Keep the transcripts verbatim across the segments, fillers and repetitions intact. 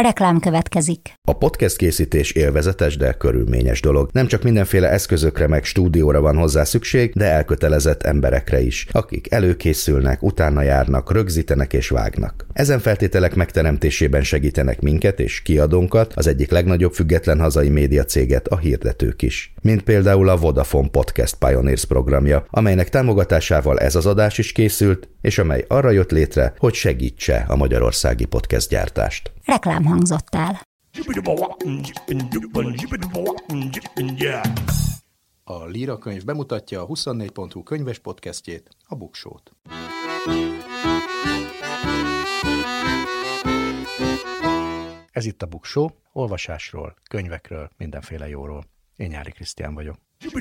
Reklám következik. A podcast készítés élvezetes, de körülményes dolog. Nem csak mindenféle eszközökre meg stúdióra van hozzá szükség, de elkötelezett emberekre is, akik előkészülnek, utána járnak, rögzítenek és vágnak. Ezen feltételek megteremtésében segítenek minket és kiadónkat, az egyik legnagyobb független hazai médiacéget, a hirdetők is. Mint például a Vodafone Podcast Pioneers programja, amelynek támogatásával ez az adás is készült, és amely arra jött létre, hogy segítse a magyarországi podcast gyártást. Reklám hangzott el. A Líra könyv bemutatja a huszonnégy pont hu könyves podcastjét, a Buksót. Ez itt a Buksó, olvasásról, könyvekről, mindenféle jóról. Én Nyári Krisztián vagyok.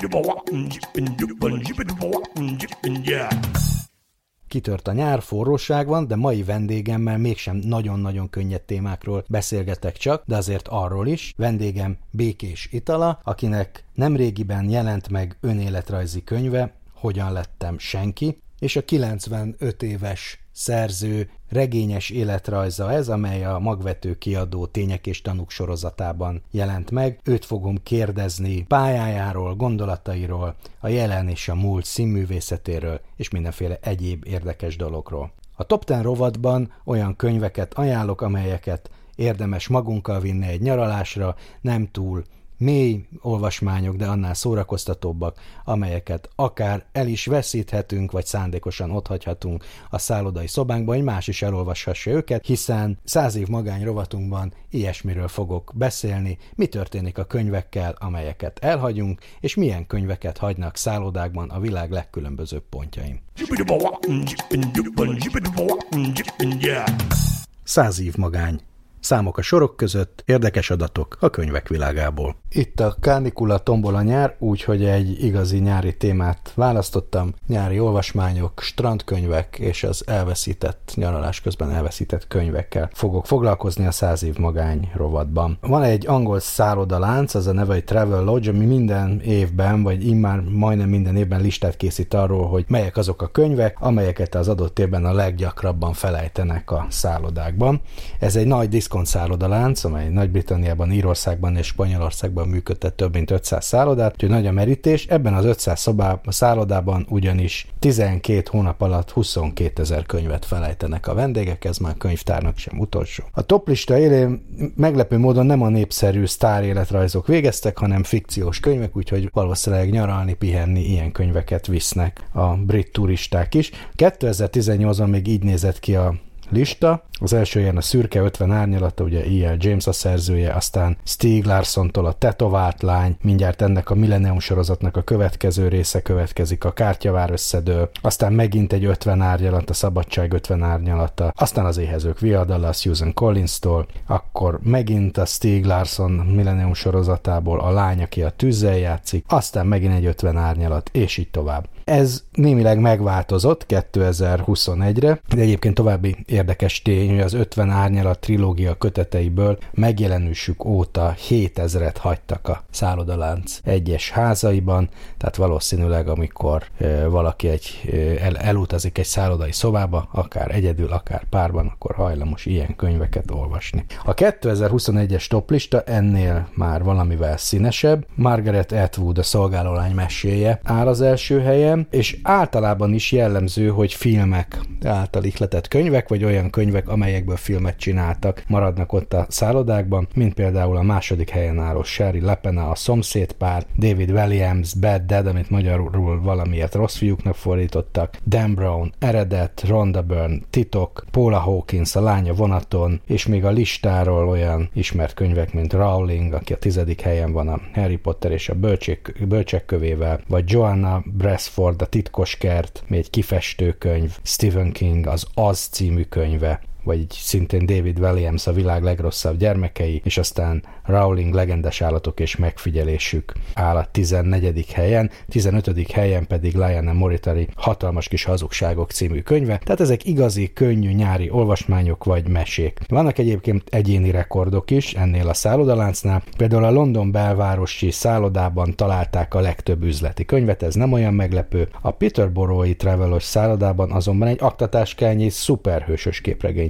Kitört a nyár, forróság van, de mai vendégemmel mégsem nagyon-nagyon könnyed témákról beszélgetek csak, de azért arról is. Vendégem Békés Itala, akinek nemrégiben jelent meg önéletrajzi könyve, Hogyan lettem senki, és a kilencvenöt éves szerző regényes életrajza ez, amely a Magvető kiadó Tények és tanúk sorozatában jelent meg. Őt fogom kérdezni pályájáról, gondolatairól, a jelen és a múlt színművészetéről, és mindenféle egyéb érdekes dologról. A Top tíz rovatban olyan könyveket ajánlok, amelyeket érdemes magunkkal vinni egy nyaralásra, nem túl mély olvasmányok, de annál szórakoztatóbbak, amelyeket akár el is veszíthetünk, vagy szándékosan otthagyhatunk a szállodai szobánkban, hogy más is elolvashassa őket, hiszen száz év magány rovatunkban ilyesmiről fogok beszélni, mi történik a könyvekkel, amelyeket elhagyunk, és milyen könyveket hagynak szállodákban a világ legkülönbözőbb pontjain. Száz év magány. Számok a sorok között, érdekes adatok a könyvek világából. Itt a kánikula, tombol a nyár, úgyhogy egy igazi nyári témát választottam. Nyári olvasmányok, strandkönyvek és az elveszített, nyaralás közben elveszített könyvekkel fogok foglalkozni a száz év magány rovatban. Van egy angol szállodalánc, az a neve, hogy Travel Lodge, ami minden évben, vagy immár majdnem minden évben listát készít arról, hogy melyek azok a könyvek, amelyeket az adott évben a leggyakrabban felejtenek a szállodákban. Ez egy nagy diszkontszállodalánc, amely Nagy-Britanniában, Írországban és Spanyolországban működtet több mint ötszáz szállodát, úgyhogy nagy a merítés. Ebben az ötszáz szobában, a szállodában ugyanis tizenkét hónap alatt huszonkétezer könyvet felejtenek a vendégek, ez már könyvtárnak sem utolsó. A toplista élén meglepő módon nem a népszerű sztár életrajzok végeztek, hanem fikciós könyvek, úgyhogy valószínűleg nyaralni, pihenni ilyen könyveket visznek a brit turisták is. kétezer-tizennyolcban még így nézett ki a lista. Az első ilyen a Szürke ötven árnyalata, ugye E L James a szerzője, aztán Stieg Larsontól a Tetovált lány, mindjárt ennek a Millennium sorozatnak a következő része következik, a Kártyavár összedől, aztán megint egy ötven árnyalat, a Szabadság ötven árnyalata, aztán az Éhezők viadala a Susan Collins-tól, akkor megint a Stieg Larsson Millennium sorozatából a Lány, aki a tűzzel játszik, aztán megint egy ötven árnyalat, és így tovább. Ez némileg megváltozott kétezer-huszonegyre, de egyébként további érdekes tény, hogy az ötven árnyalat trilógia köteteiből megjelenésük óta hétezret hagytak a szállodalánc egyes házaiban, tehát valószínűleg amikor e, valaki egy, e, el, elutazik egy szállodai szobába, akár egyedül, akár párban, akkor hajlamos ilyen könyveket olvasni. A kétezer-huszonegyes toplista ennél már valamivel színesebb. Margaret Atwood, a Szolgálólány meséje áll az első helyen, és általában is jellemző, hogy filmek által ihletett könyvek, vagy olyan könyvek, amelyekből filmet csináltak, maradnak ott a szállodákban, mint például a második helyen álló Sherry Lepena, A szomszédpár, David Walliams, Bad Dad, amit magyarul valamiért Rossz fiúknak fordítottak, Dan Brown, Eredet, Rhonda Byrne, Titok, Paula Hawkins, A lánya vonaton, és még a listáról olyan ismert könyvek, mint Rowling, aki a tizedik helyen van, a Harry Potter és a bölcsek, bölcsek kövével, vagy Joanna Bresford, A titkos kert, még egy kifestőkönyv, Stephen King, az Az című könyve, vagy szintén David Walliams, A világ legrosszabb gyermekei, és aztán Rowling, Legendás állatok és megfigyelésük áll a tizennegyedik helyen, tizenötödik helyen pedig Lyanna Moriarty Hatalmas kis hazugságok című könyve, tehát ezek igazi, könnyű nyári olvasmányok vagy mesék. Vannak egyébként egyéni rekordok is ennél a szállodaláncnál, például a London belvárosi szállodában találták a legtöbb üzleti könyvet, ez nem olyan meglepő. A Peterborough-i Travelodge szállodában azonban egy aktatáskányi szuperhősös képregényt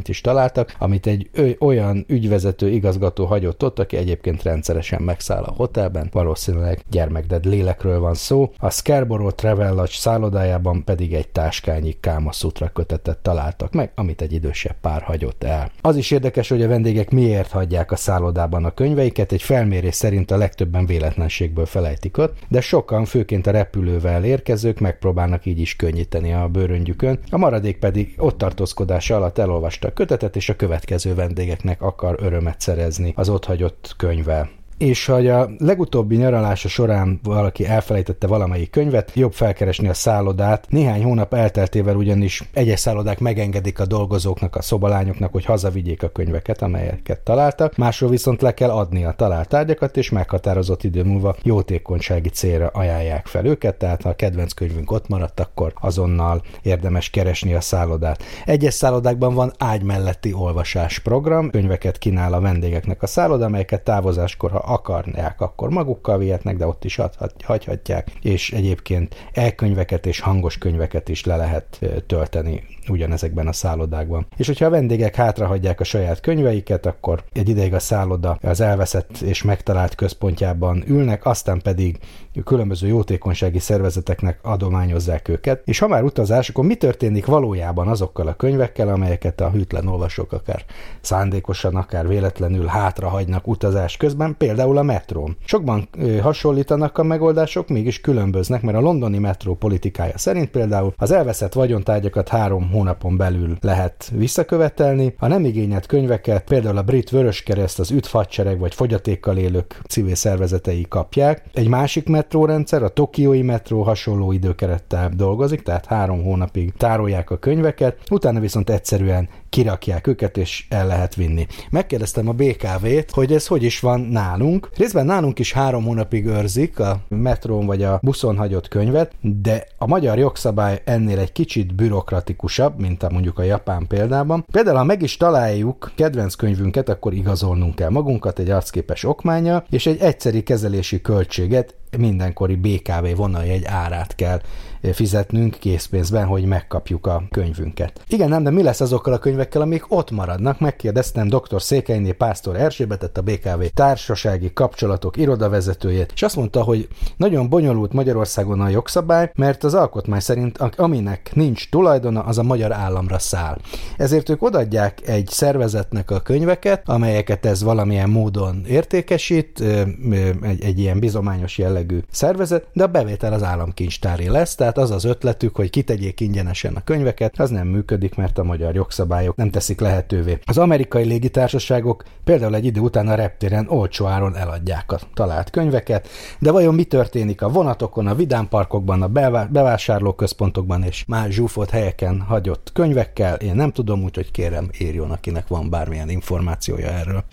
könyvként is találtak, amit egy ö- olyan ügyvezető igazgató hagyott ott, aki egyébként rendszeresen megszáll a hotelben, valószínűleg gyermekded lélekről van szó. A Scarborough Travel Lodge szállodájában pedig egy táskányi Káma Sutra kötetet találtak meg, amit egy idősebb pár hagyott el. Az is érdekes, hogy a vendégek miért hagyják a szállodában a könyveiket, egy felmérés szerint a legtöbben véletlenségből felejtik ott, de sokan, főként a repülővel érkezők megpróbálnak így is könnyíteni a bőröngyükön, a maradék pedig ott tartózkodása alatt elolvasta a kötetet, és a következő vendégeknek akar örömet szerezni az ott hagyott könyvvel. És ha a legutóbbi nyaralása során valaki elfelejtette valamelyik könyvet, jobb felkeresni a szállodát. Néhány hónap elteltével ugyanis egyes szállodák megengedik a dolgozóknak, a szobalányoknak, hogy hazavigyék a könyveket, amelyeket találtak, másról viszont le kell adni a talált tárgyakat, és meghatározott idő múlva jótékonysági célra ajánlják fel őket, tehát ha a kedvenc könyvünk ott maradt, akkor azonnal érdemes keresni a szállodát. Egyes szállodákban van ágy melletti olvasás program, könyveket kínál a vendégeknek a szálloda, amelyeket távozáskor, ha akarnák, akkor magukkal vihetnek, de ott is hagyhatják, és egyébként e-könyveket és hangos könyveket is le lehet tölteni ugyanezekben a szállodákban. És hogyha a vendégek hátrahagyják a saját könyveiket, akkor egy ideig a szálloda az elveszett és megtalált központjában ülnek, aztán pedig különböző jótékonysági szervezeteknek adományozzák őket. És ha már utazás, akkor mi történik valójában azokkal a könyvekkel, amelyeket a hűtlen olvasók akár szándékosan, akár véletlenül hátrahagynak utazás közben, például a metrón. Sokban ö, hasonlítanak a megoldások, mégis különböznek, mert a londoni metró politikája szerint például az elveszett vagyontárgyakat három hónapon belül lehet visszakövetelni, a nem igényelt könyveket például a brit Vöröskereszt, az Üdv Hadsereg vagy fogyatékkal élők civil szervezetei kapják. Egy másik metrórendszer, a tokiói metró hasonló időkerettel dolgozik, tehát három hónapig tárolják a könyveket, utána viszont egyszerűen kirakják őket, és el lehet vinni. Megkérdeztem a bé ká vét, hogy ez hogy is van nálunk. Részben nálunk is három hónapig őrzik a metrón vagy a buszon hagyott könyvet, de a magyar jogszabály ennél egy kicsit bürokratikusabb, mint a mondjuk a japán példában. Például, ha meg is találjuk kedvenc könyvünket, akkor igazolnunk kell magunkat egy arcképes okmánnyal, és egy egyszeri kezelési költséget, mindenkori bé ká vé vonaljegy árát kell fizetnünk készpénzben, hogy megkapjuk a könyvünket. Igen, nem, de mi lesz azokkal a könyvekkel, amik ott maradnak? Megkérdeztem dr. Székelyné Pásztor Erzsébetet, a bé ká vé társasági kapcsolatok irodavezetőjét, és azt mondta, hogy nagyon bonyolult Magyarországon a jogszabály, mert az alkotmány szerint aminek nincs tulajdona, az a magyar államra száll. Ezért ők odaadják egy szervezetnek a könyveket, amelyeket ez valamilyen módon értékesít, egy, egy ilyen bizományos jellegű szervezet, de a bevétel az államkincstáré lesz, tehát az az ötletük, hogy kitegyék ingyenesen a könyveket, az nem működik, mert a magyar jogszabályok nem teszik lehetővé. Az amerikai légitársaságok például egy idő után a reptéren olcsó áron eladják a talált könyveket, de vajon mi történik a vonatokon, a vidámparkokban, a bevásárlóközpontokban és más zsúfolt helyeken hagyott könyvekkel? Én nem tudom, úgyhogy kérem, írjon, akinek van bármilyen információja erről.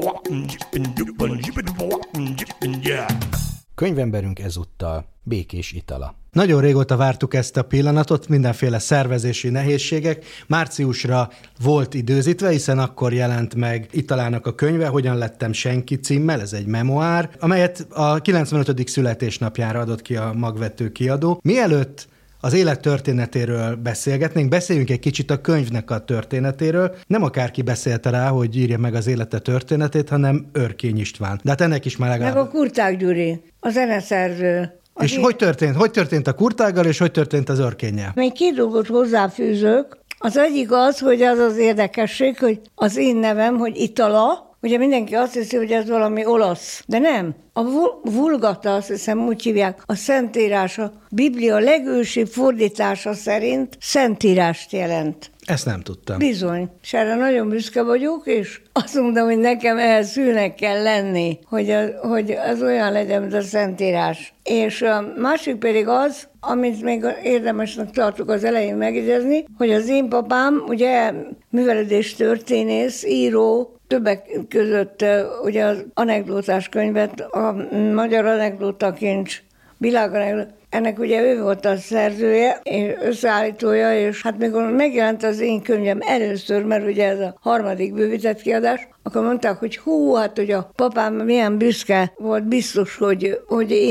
Könyvemberünk ezúttal Békés Itala. Nagyon régóta vártuk ezt a pillanatot, mindenféle szervezési nehézségek. Márciusra volt időzítve, hiszen akkor jelent meg Italának a könyve, Hogyan lettem senki címmel, ez egy memoár, amelyet a kilencvenötödik születésnapjára adott ki a Magvető kiadó. Mielőtt az élet történetéről beszélgetnénk, beszéljünk egy kicsit a könyvnek a történetéről. Nem akárki beszélte rá, hogy írja meg az élete történetét, hanem Örkény István. De hát ennek is már legalább... Meg a Kurtág Gyuri, a zeneszerző. És én... hogy történt? Hogy történt a Kurtággal, és hogy történt az Örkénnyel? Még két dolgot hozzáfűzök. Az egyik az, hogy az az érdekesség, hogy az én nevem, hogy Itala, ugye mindenki azt hiszi, hogy ez valami olasz, de nem. A Vulgata, azt hiszem úgy hívják, a Szentírás, a Biblia legősibb fordítása szerint Szentírást jelent. Ezt nem tudtam. Bizony. És erre nagyon büszke vagyok, és azt mondom, hogy nekem ehhez szűnek kell lenni, hogy az, hogy az olyan legyen, mint a Szentírás. És a másik pedig az, amit még érdemesnek tartok az elején megjegyezni, hogy az én papám, ugye művelődés történész, író, többek között ugye az anekdótás könyvet, a Magyar Anekdótakincs, Világanekdóta, ennek ugye ő volt a szerzője, és összeállítója, és hát mikor megjelent az én könyvem először, mert ugye ez a harmadik bővített kiadás, akkor mondták, hogy hú, hát hogy a papám milyen büszke volt, biztos, hogy, hogy én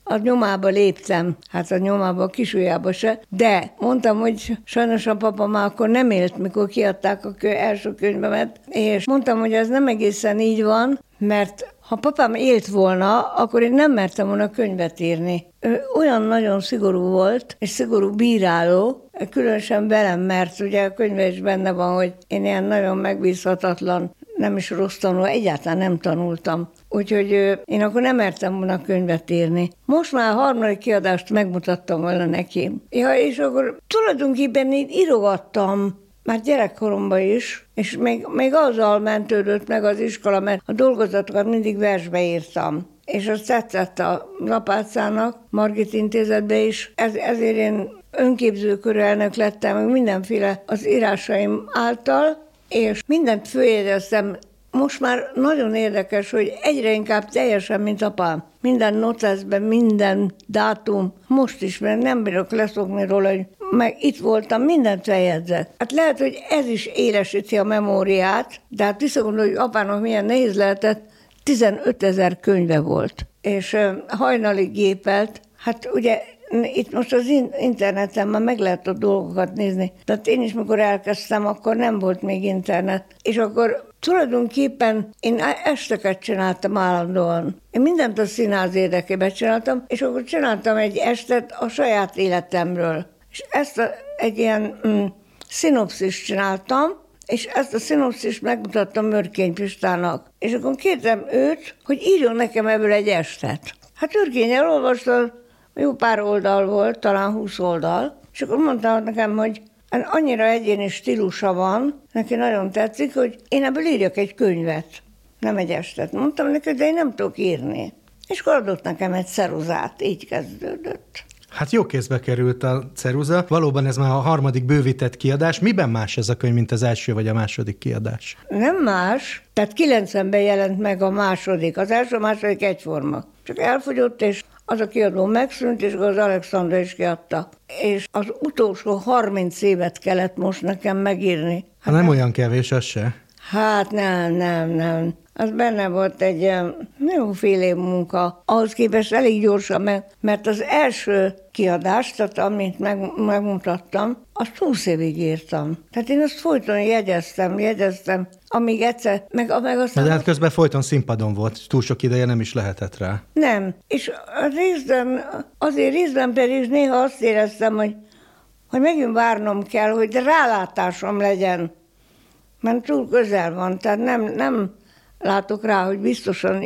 a nyomába léptem, hát a nyomába, a kisujjába se, de mondtam, hogy sajnos a papa már akkor nem élt, mikor kiadták a kö, első könyvemet, és mondtam, hogy ez nem egészen így van, mert ha papám élt volna, akkor én nem mertem volna könyvet írni. Ő olyan nagyon szigorú volt, és szigorú bíráló, különösen velem, mert ugye a könyve is benne van, hogy én ilyen nagyon megbízhatatlan, nem is rossz tanuló, egyáltalán nem tanultam. Úgyhogy én akkor nem mertem volna könyvet írni. Most már a harmadik kiadást megmutattam volna neki. Ja, és akkor tulajdonképpen így írogattam, már gyerekkoromban is, és még, még azzal mentődött meg az iskola, mert a dolgozatokat mindig versbe írtam. És az tetszett a Lapácának, Margit Intézetbe is, Ez, ezért én önképzőkörű elnök lettem, meg mindenféle az írásaim által, és mindent följegyeztem. Most már nagyon érdekes, hogy egyre inkább teljesen, mint apám. Minden noteszben, minden dátum, most is, mert nem bírok leszokni róla, hogy meg itt voltam, mindent feljegyzett. Hát lehet, hogy ez is élesíti a memóriát, de hát visszagondolj, hogy apának milyen nehéz lehetett, tizenötezer könyve volt, és uh, hajnalig gépelt. Hát ugye itt most az interneten már meg lehet a dolgokat nézni. Tehát én is, mikor elkezdtem, akkor nem volt még internet. És akkor tulajdonképpen én esteket csináltam állandóan. Én mindent a színház érdekében csináltam, és akkor csináltam egy estet a saját életemről. És ezt a, egy ilyen mm, szinopszist csináltam, és ezt a szinopszist megmutattam Mörkény Pistának. És akkor kértem őt, hogy írjon nekem ebből egy estet. Hát Örkény elolvasta, jó pár oldal volt, talán húsz oldal, és akkor mondta nekem, hogy annyira egyéni stílusa van, neki nagyon tetszik, hogy én ebből írjak egy könyvet, nem egy estet. Mondtam neki, de én nem tudok írni. És akkor adott nekem egy ceruzát, így kezdődött. Hát jó kézbe került a ceruza. Valóban ez már a harmadik bővített kiadás. Miben más ez a könyv, mint az első vagy a második kiadás? Nem más, tehát kilencvenben jelent meg a második. Az első, a második egyforma. Csak elfogyott, és az a kiadó megszűnt, és az Alexandra is kiadta. És az utolsó harminc évet kellett most nekem megírni. Hát nem olyan kevés, az se. Hát nem, nem, nem. Az benne volt egy jó fél év munka. Ahhoz képest elég gyorsan, mert az első kiadást, tehát amit meg, megmutattam, azt húsz évig írtam. Tehát én azt folyton jegyeztem, jegyeztem, amíg egyszer, meg, meg aztán... De hát közben folyton színpadon volt, túl sok ideje nem is lehetett rá. Nem, és a részben, azért részben pedig néha azt éreztem, hogy, hogy megint várnom kell, hogy rálátásom legyen, mert túl közel van, tehát nem, nem látok rá, hogy biztosan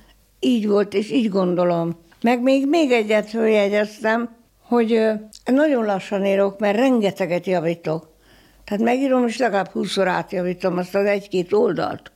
így volt, és így gondolom. Meg még, még egyet följegyeztem, hogy nagyon lassan írok, mert rengeteget javítok. Tehát megírom, és legalább húszszor átjavítom azt az egy-két oldalt.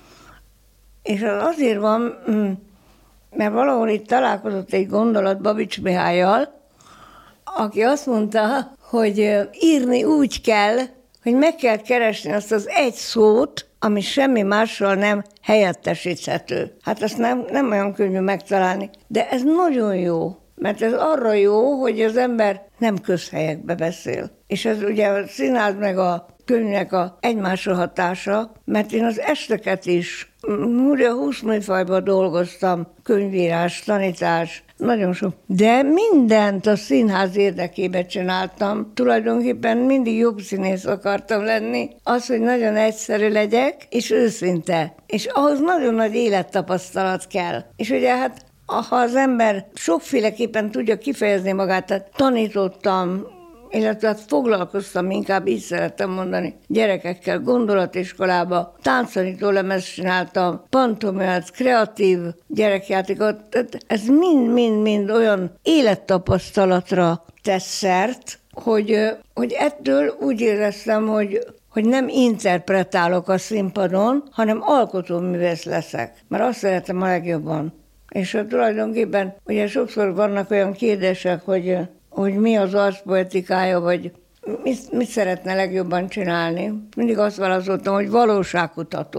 És az azért van, mert valahol itt találkozott egy gondolat Babics Mihályal, aki azt mondta, hogy írni úgy kell, hogy meg kell keresni azt az egy szót, ami semmi mással nem helyettesíthető. Hát ezt nem, nem olyan könnyű megtalálni, de ez nagyon jó, mert ez arra jó, hogy az ember nem közhelyekbe beszél. És ez ugye a színház meg a könyvnek a egymásra hatása, mert én az esteket is, ugye húsz műfajban dolgoztam, könyvírás, tanítás, nagyon sok. De mindent a színház érdekében csináltam. Tulajdonképpen mindig jobb színész akartam lenni. Az, hogy nagyon egyszerű legyek, és őszinte. És ahhoz nagyon nagy élettapasztalat kell. És ugye hát, ha az ember sokféleképpen tudja kifejezni magát, tehát tanítottam, illetve hát foglalkoztam, inkább így szerettem mondani, gyerekekkel, gondolatiskolába, tánctanító lemezt csináltam, pantomimát, kreatív gyerekjátékot, ez mind-mind-mind olyan élettapasztalatra tesz szert, hogy, hogy ettől úgy éreztem, hogy, hogy nem interpretálok a színpadon, hanem alkotóművész leszek, mert azt szeretem a legjobban. És tulajdonképpen ugye sokszor vannak olyan kérdések, hogy hogy mi az arcpoetikája, vagy mit, mit szeretne legjobban csinálni. Mindig azt válaszoltam, hogy valóságkutató.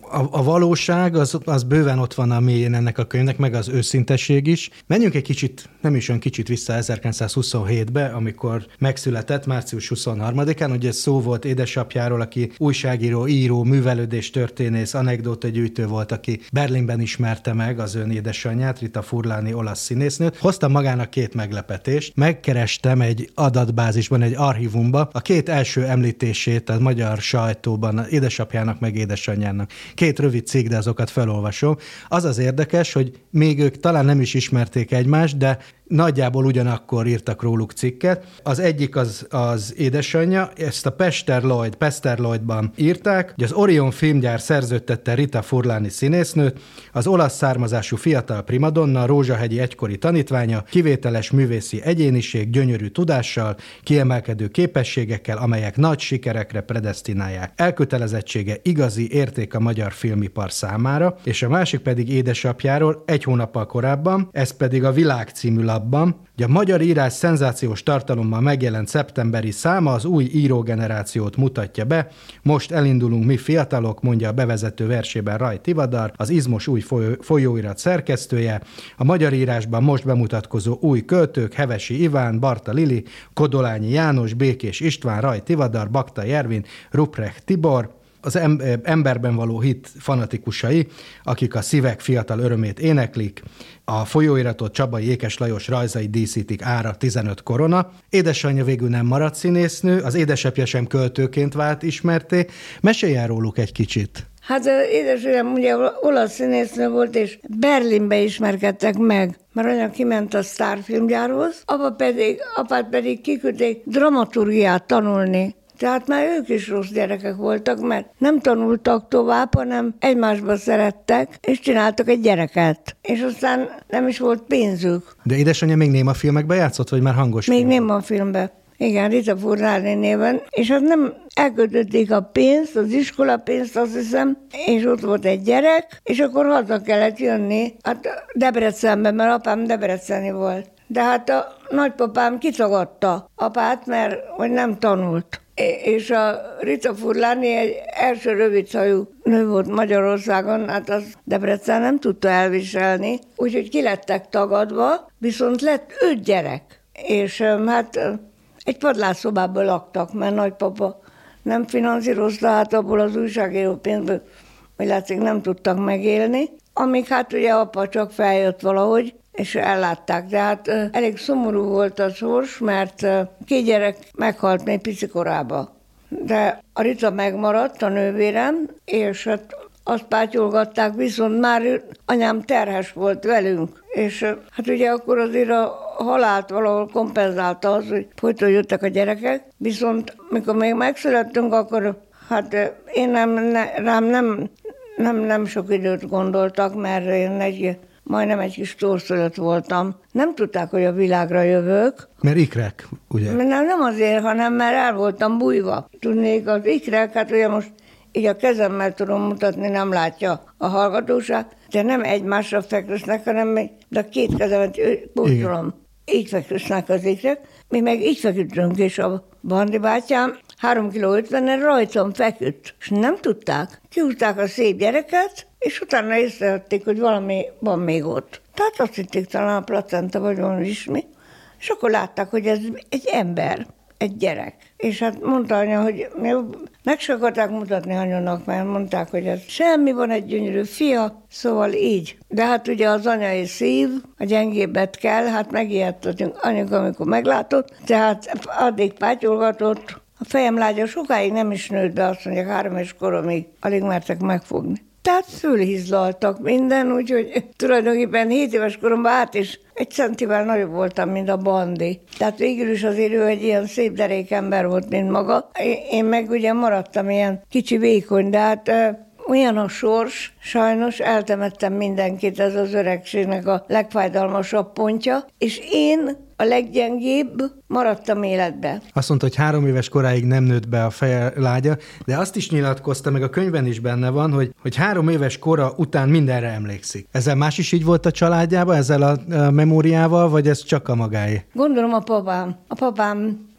a, a valóság az, az bőven ott van a mélyén ennek a könyvnek, meg az őszintesség is. Menjünk egy kicsit, nem is olyan kicsit vissza ezerkilencszázhuszonhétbe, amikor megszületett március huszonharmadikán, ugye szó volt édesapjáról, aki újságíró, író, művelődés történész, anekdótagyűjtő volt, aki Berlinben ismerte meg az ön édesanyját, Rita Furlani olasz színésznőt. Hoztam magának két meglepetést, megkerestem egy adatbázisban, egy archívumba a két első említését a magyar sajtóban, édesapjának meg édesanyjának. Két rövid cikk, de azokat felolvasom. Az az érdekes, hogy még ők talán nem is ismerték egymást, de nagyjából ugyanakkor írtak róluk cikket. Az egyik az, az édesanyja, ezt a Pester Lloyd, Pester Lloydban írták, hogy az Orion filmgyár szerződtette Rita Furlani színésznőt, az olasz származású fiatal primadonna, Rózsahegyi egykori tanítványa, kivételes művészi egyéniség, gyönyörű tudással, kiemelkedő képességekkel, amelyek nagy sikerekre predesztinálják. Elkötelezettsége igazi érték a magyar filmipar számára, és a másik pedig édesapjáról egy hónappal korábban, ez pedig a Világ című labban, hogy a magyar írás szenzációs tartalommal megjelent szeptemberi száma az új írógenerációt mutatja be. Most elindulunk mi fiatalok, mondja a bevezető versében Raj Tivadar, az izmos új folyóirat szerkesztője. A magyar írásban most bemutatkozó új költők Hevesi Iván, Barta Lili, Kodolányi János, Békés István, Raj Tivadar, Bakta Jervin, Ruprecht Tibor, az emberben való hit fanatikusai, akik a szívek fiatal örömét éneklik, a folyóiratot Csabai Ékes Lajos rajzai díszítik, ára tizenöt korona. Édesanyja végül nem maradt színésznő, az édesapja sem költőként vált ismerté. Meséljen róluk egy kicsit. Hát édesanyám ugye olasz színésznő volt, és Berlinbe ismerkedtek meg, mert anya kiment a sztárfilmgyárhoz, apa pedig, apát pedig kiküldték dramaturgiát tanulni. Tehát már ők is rossz gyerekek voltak, mert nem tanultak tovább, hanem egymásba szerettek, és csináltak egy gyereket. És aztán nem is volt pénzük. De édesanyja még néma filmekben játszott, vagy már hangos Még filmben? néma filmben. Igen, Rita Furlani néven. És hát nem elkötötték a pénzt, az iskolapénzt, azt hiszem, és ott volt egy gyerek, és akkor haza kellett jönni, hát Debrecenben, mert apám debreceni volt. De hát a nagypapám kitagadta apát, mert hogy nem tanult. És a Rita Furlani egy első rövidhajú nő volt Magyarországon, hát az Debrecen nem tudta elviselni, úgyhogy ki lettek tagadva, viszont lett öt gyerek. És hát egy padlásszobában laktak, mert nagypapa nem finanszírozta, hát abból az újságíró pénzből, hogy látszik, nem tudtak megélni. Amíg hát ugye apa csak feljött valahogy, és ellátták. De hát elég szomorú volt a sors, mert két gyerek meghalt még picikorában. De a Rita megmaradt, a nővérem, és hát azt pátyolgatták, viszont már anyám terhes volt velünk. És hát ugye akkor azért a halált valahol kompenzálta az, hogy folyton jöttek a gyerekek, viszont mikor még megszülettünk, akkor hát én nem, ne, rám nem, nem, nem sok időt gondoltak, mert én egy majdnem egy kis torszülött voltam. Nem tudták, hogy a világra jövök. Mert ikrek, ugye? Nem, nem azért, hanem mert el voltam bújva. Tudnék, az ikrek, hát ugye most így a kezemmel tudom mutatni, nem látja a hallgatóság, de nem egymásra feküsznek, hanem de a két kezemet bújtolom. Így feküsznek az ikrek. Mi meg így feküdtünk, és a Bandi bátyám három kiló ötvenen rajtam feküdt, és nem tudták. Kihúzták a szép gyereket, és utána észrevették, hogy valami van még ott. Tehát azt hitték talán a placenta, vagy valami ismi. És akkor látták, hogy ez egy ember, egy gyerek. És hát mondta anya, hogy meg se akarták mutatni anyónak, mert mondták, hogy ez semmi, van egy gyönyörű fia, szóval így. De hát ugye az anyai szív, a gyengébbet kell, hát megijedtettünk anyuka, amikor meglátott, tehát addig pátyolgatott. A fejem lágya sokáig nem is nőtt be, azt mondják, három és koromig alig mertek megfogni. Tehát fölhizlaltak minden, úgyhogy tulajdonképpen hét éves koromban át is egy centivel nagyobb voltam, mint a Bandi. Tehát végül is azért ő egy ilyen szép derék ember volt, mint maga. Én meg ugye maradtam ilyen kicsi vékony, de hát olyan a sors, sajnos eltemettem mindenkit, ez az öregségnek a legfájdalmasabb pontja, és én a leggyengébb maradtam életbe. Azt mondta, hogy három éves koráig nem nőtt be a feje lágya, de azt is nyilatkozta, meg a könyvben is benne van, hogy, hogy három éves kora után mindenre emlékszik. Ezzel más is így volt a családjában, ezzel a, a memóriával, vagy ez csak a magáé? Gondolom a papám. A papám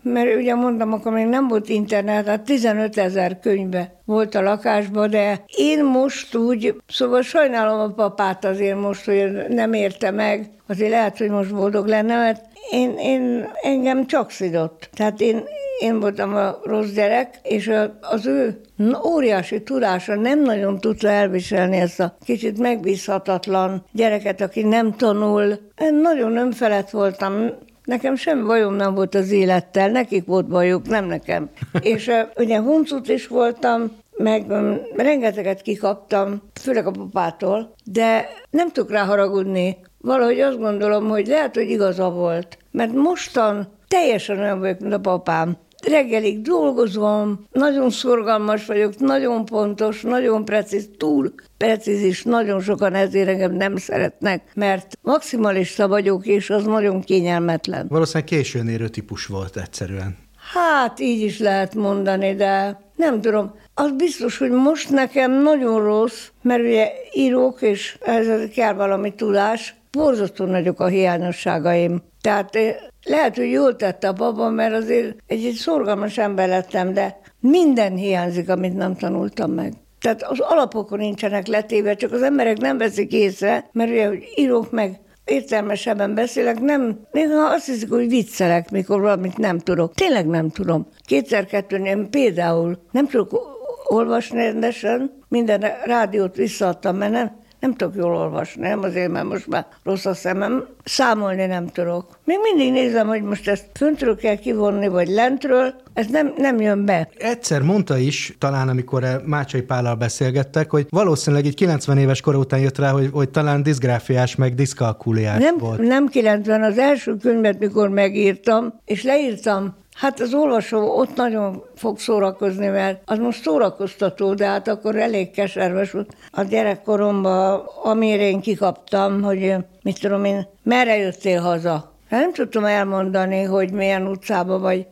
mert ugye mondtam, akkor még nem volt internet, hát tizenöt ezer könyve volt a lakásban, de én most úgy, szóval sajnálom a papát azért most, hogy nem érte meg, azért lehet, hogy most boldog lenne, mert én, én engem csak szidott. Tehát én, én voltam a rossz gyerek, és az ő óriási tudása nem nagyon tudta elviselni ezt a kicsit megbízhatatlan gyereket, aki nem tanul. Én nagyon önfelett voltam, nekem semmi bajom nem volt az élettel, nekik volt bajuk, nem nekem. És ugye huncut is voltam, meg um, rengeteget kikaptam, főleg a papától, de nem tudok rá haragudni. Valahogy azt gondolom, hogy lehet, hogy igaza volt. Mert mostan teljesen olyan vagyok, mint a papám. Reggelig dolgozom, nagyon szorgalmas vagyok, nagyon pontos, nagyon precíz, túl precíz is, nagyon sokan ezért engem nem szeretnek, mert maximalista vagyok, és az nagyon kényelmetlen. Valószínűleg későn érő típus volt egyszerűen. Hát így is lehet mondani, de nem tudom. Az biztos, hogy most nekem nagyon rossz, mert ugye írók, és ez kell valami tudás, borzasztó nagyok a hiányosságaim. Tehát lehet, hogy jól tette a baba, mert azért egy, egy szorgalmas ember lettem, de minden hiányzik, amit nem tanultam meg. Tehát az alapokon nincsenek letéve, csak az emberek nem veszik észre, mert ugye, hogy írók meg értelmesebben beszélek, nem, néha azt hiszik, hogy viccelek, mikor valamit nem tudok. Tényleg nem tudom. Kétszer-kettőn én például nem tudok olvasni rendesen, minden rádiót visszaadtam, mert nem, nem tudok jól olvasni, nem azért, mert most már rossz a szemem. Számolni nem tudok. Még mindig nézem, hogy most ezt föntről kell kivonni, vagy lentről, ez nem, nem jön be. Egyszer mondta is, talán amikor Mácsai Pállal beszélgettek, hogy valószínűleg egy kilencven éves kora után jött rá, hogy, hogy talán diszgráfiás, meg diszkalkuliás nem, volt. Nem kilencven, az első könyvet, mikor megírtam, és leírtam, hát az olvasó ott nagyon fog szórakozni, mert az most szórakoztató, de hát akkor elég keserves volt. A gyerekkoromban, amire én kikaptam, hogy mit tudom én, merre jöttél haza? Nem tudtam elmondani, hogy milyen utcába vagy,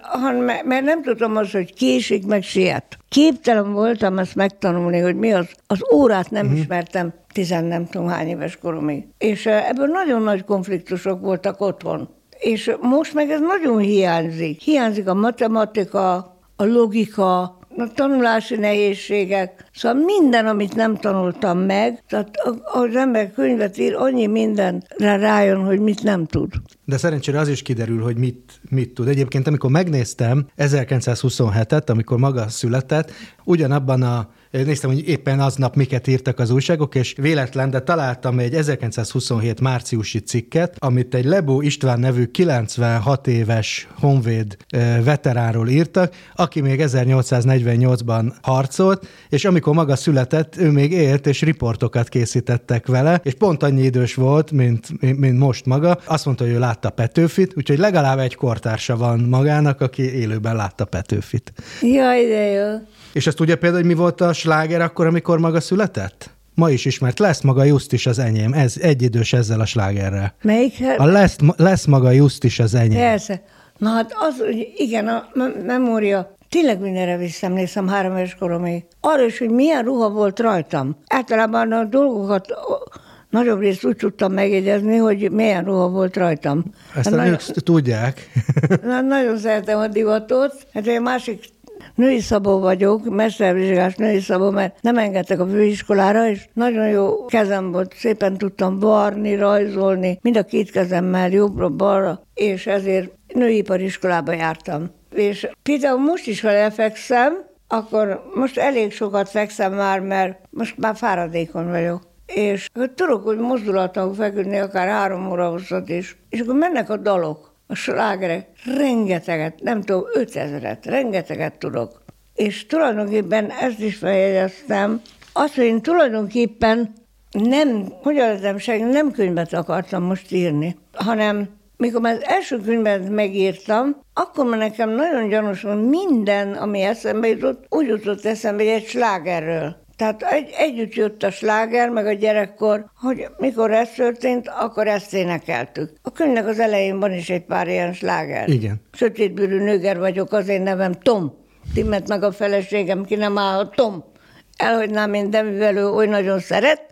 mert nem tudtam azt, hogy késik, meg siet. Képtelen voltam ezt megtanulni, hogy mi az. Az órát nem uh-huh. ismertem, tizen nem tudom hány éves koromig. És ebből nagyon nagy konfliktusok voltak otthon. És most meg ez nagyon hiányzik. Hiányzik a matematika, a logika, a tanulási nehézségek. Szóval minden, amit nem tanultam meg, tehát az ember könyvet ír, annyi mindenre rájön, hogy mit nem tud. De szerencsére az is kiderül, hogy mit, mit tud. Egyébként, amikor megnéztem ezerkilencszázhuszonhetet, amikor maga született, ugyanabban a néztem, hogy éppen aznap miket írtak az újságok, és véletlen, de találtam egy ezerkilencszázhuszonhét márciusi cikket, amit egy Lebó István nevű kilencvenhat éves honvéd veteránról írtak, aki még ezernyolcszáznegyvennyolcban harcolt, és amikor maga született, ő még élt, és riportokat készítettek vele, és pont annyi idős volt, mint, mint most maga. Azt mondta, hogy ő látta Petőfit, úgyhogy legalább egy kortársa van magának, aki élőben látta Petőfit. Jaj, de jó. És azt tudja például, hogy mi volt a sláger akkor, amikor maga született? Ma is ismert. Lesz maga Just is az enyém. Ez egyidős ezzel a slágerrel. Melyik? A lesz, lesz maga Just is az enyém. Persze. Na hát az, hogy igen, a memória, tényleg mindenre visszaemlékszem három éves koromig. Arra is, hogy milyen ruha volt rajtam. Általában a dolgokat nagyobb részt úgy tudtam megjegyezni, hogy milyen ruha volt rajtam. Ezt a nők tudják. Na, nagyon szeretem a divatot. Hát egy másik női szabó vagyok, mestervizsgás női szabó, mert nem engedtek a főiskolára, és nagyon jó kezem volt, szépen tudtam varni, rajzolni, mind a két kezemmel, jobbra-balra, és ezért nőipariskolába jártam. És például most is, ha lefekszem, akkor most elég sokat fekszem már, mert most már fáradékony vagyok. És tudok, hogy mozdulatok feküdni akár három óra hosszat is. És akkor mennek a dalok. A slágerek, rengeteget, nem tudom, ötezret, rengeteget tudok. És tulajdonképpen ezt is feljegyeztem, azt, hogy én tulajdonképpen nem, hogyan lehetem segíteni, nem könyvet akartam most írni, hanem mikor már az első könyvet megírtam, akkor már nekem nagyon gyanúsan minden, ami eszembe jutott, úgy jutott eszembe egy slágerről. Tehát egy, együtt jött a sláger, meg a gyerekkor, hogy mikor ez történt, akkor ezt énekeltük. A könyvnek az elején van is egy pár ilyen sláger. Igen. Sötétbőrű nőger vagyok, az én nevem Tom. Timmet meg a feleségem, ki nem állhat, Tom. Elhagynám én, de mivel ő oly nagyon szeret,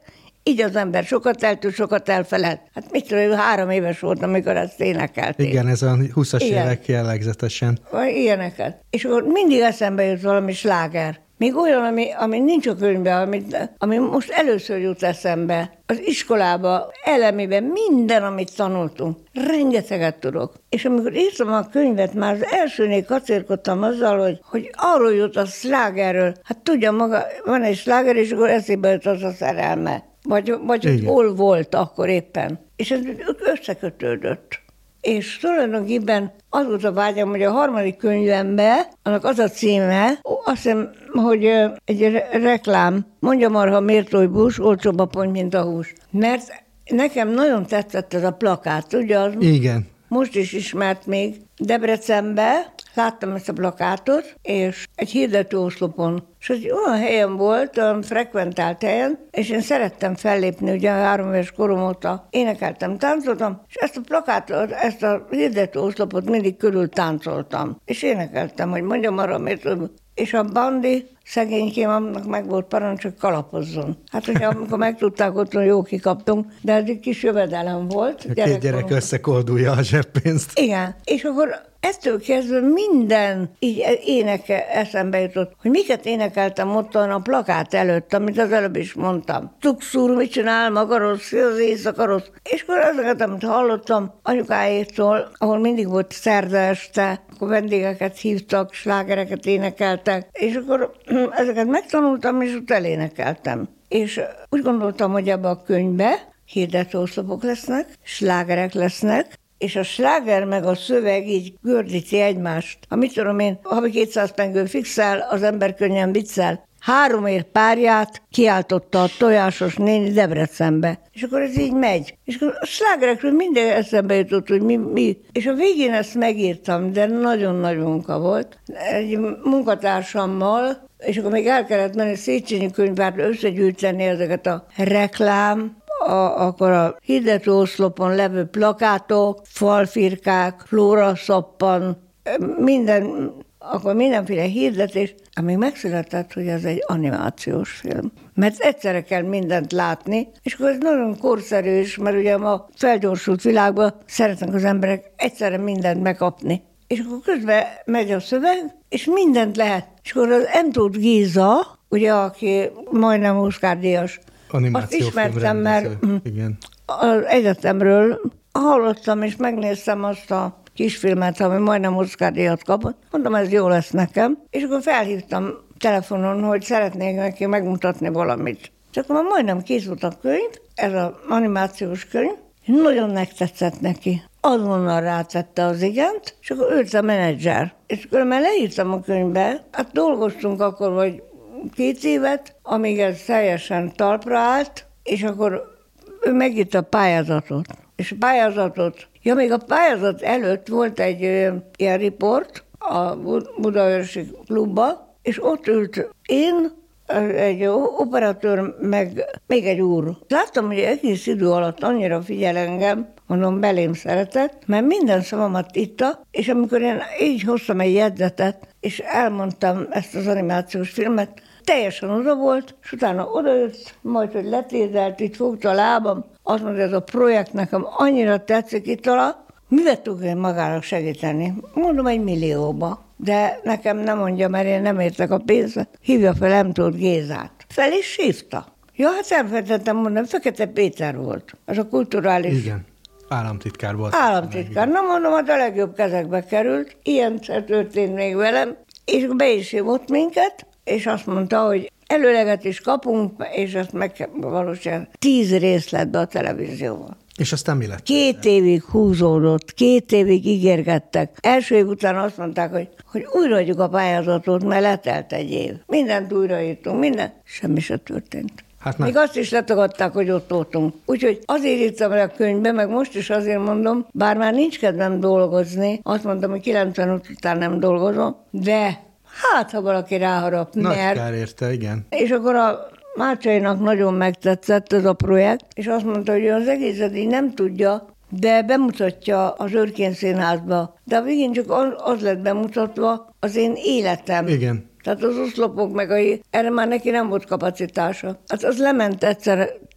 így az ember sokat eltűnt, sokat elfeled. Hát mit tudom, három éves voltam, amikor ezt énekelték. Igen, ez a húszas évek jellegzetesen. Ilyeneket. És akkor mindig eszembe jut valami sláger. Még olyan, ami, ami nincs a könyvben, ami, ami most először jut eszembe. Az iskolába, elemiben, minden, amit tanultunk. Rengeteget tudok. És amikor írtam a könyvet, már az elsőnél kacérkodtam azzal, hogy, hogy arról jut a slágerről. Hát tudja maga, van egy sláger, és akkor eszébe jut az a szerelme. Vagy, vagy hogy hol volt akkor éppen. És ez összekötődött. És tulajdonképpen az volt a vágyam, hogy a harmadik könyvemben, annak az a címe, azt hiszem, hogy egy reklám, mondja marha mértójbús, olcsóbb a pont, mint a hús. Mert nekem nagyon tetszett ez a plakát, tudja? Az igen. Most is ismert még Debrecenbe, láttam ezt a plakátot, és egy hirdetőoszlopon. És ez olyan helyen volt, olyan frekventált helyen, és én szerettem fellépni, ugye három éves korom óta énekeltem, táncoltam, és ezt a plakátot, ezt a hirdetőoszlopot mindig körül táncoltam. És énekeltem, hogy mondjam arra, miért. És a bandi szegénykém, annak meg volt parancs, hogy kalapozzon. Hát, hogyha amikor megtudták otthon, jó kikaptunk, de ez egy kis jövedelem volt. A két gyerek összekoldulja a zseppénzt. Igen, és akkor ettől kezdve minden így éneke eszembe jutott, hogy miket énekeltem otthon a plakát előtt, amit az előbb is mondtam. Tukszúr, mit csinál, maga rossz, az éjszaka rossz. És akkor ezeket, amit hallottam anyukáétól, ahol mindig volt szerda este, akkor vendégeket hívtak, slágereket énekeltek, és akkor ezeket megtanultam, és ott elénekeltem. És úgy gondoltam, hogy ebbe a könyvbe hirdetőoszlopok lesznek, slágerek lesznek, és a sláger meg a szöveg így gördíti egymást. Amit tudom én, havi kétszáz pengő fixel, az ember könnyen viccel. Három ér párját kiáltotta a tojásos néni Debrecenbe. És akkor ez így megy. És akkor a slágerekről minden eszembe jutott, hogy mi, mi. És a végén ezt megírtam, de nagyon-nagyon munka volt. Egy munkatársammal, és akkor még el kellett menni Széchenyi könyvárra összegyűjteni ezeket a reklám, A, akkor a hirdetőoszlopon levő plakátok, falfirkák, flóraszappan, minden, akkor mindenféle hirdetés, amíg megszületett, hogy ez egy animációs film. Mert egyszerre kell mindent látni, és akkor ez nagyon korszerű is, mert ugye a felgyorsult világban szeretnek az emberek egyszerre mindent megkapni. És akkor közben megy a szöveg, és mindent lehet. És akkor az M. Tóth Géza, ugye, aki majdnem Oscar-díjas, azt ismertem, mert igen. Az egyetemről hallottam és megnéztem azt a kisfilmet, ami majdnem Oscar-díjat kapott. Mondtam, ez jó lesz nekem. És akkor felhívtam telefonon, hogy szeretnék neki megmutatni valamit. Csak már majdnem kész volt a könyv, ez az animációs könyv, és nagyon megtetszett neki. Azonnal rátette az igent, és akkor őt a menedzser. És akkor már leírtam a könyvbe, hát dolgoztunk akkor, vagy két évet, amíg ez teljesen talpra állt, és akkor ő megírta a pályázatot. És a pályázatot, ja, még a pályázat előtt volt egy ö, ilyen riport a Budaörsi klubba, és ott ült én, egy operatőr, meg még egy úr. Láttam, hogy egész idő alatt annyira figyel engem, mondom, belém szeretett, mert minden szavamat itta, és amikor én így hoztam egy jegyzetet, és elmondtam ezt az animációs filmet, teljesen oda volt, és utána odajött, majd, hogy letézelt, itt fogta a lábam, azt mondta, ez a projekt nekem annyira tetszik itt alá, mivel tudok én magának segíteni? Mondom, egy millióba. De nekem nem mondja, mert én nem értek a pénzre. Hívja fel M. Tóth Gézát. Fel is hívta. Ja, hát elfelejtettem mondani, Fekete Péter volt. Az a kulturális... Igen, államtitkár volt. Államtitkár. Na mondom, hát a legjobb kezekbe került. Ilyen történt még velem. És be is hívott minket, és azt mondta, hogy előleget is kapunk, és ezt meg valószínűleg tíz részletbe a televízióban. És aztán mi lett? Két évig húzódott, két évig ígérgettek. Első év után azt mondták, hogy, hogy újraadjuk a pályázatot, mert letelt egy év. Mindent újraírtunk, minden, semmi se történt. Hát még azt is letagadták, hogy ott voltunk. Úgyhogy azért írtam le a könyvbe, meg most is azért mondom, bár már nincs kedvem dolgozni, azt mondtam, hogy kilencvenöt után nem dolgozom, de hát, ha valaki ráharap, nagy mert... kár érte, igen. És akkor a Mácsainak nagyon megtetszett ez a projekt, és azt mondta, hogy az egészet így nem tudja, de bemutatja az Örkény Színházba. De a végén csak az lett bemutatva az én életem. Igen. Tehát az oszlopok meg a... Erre már neki nem volt kapacitása. Hát az lement egyszer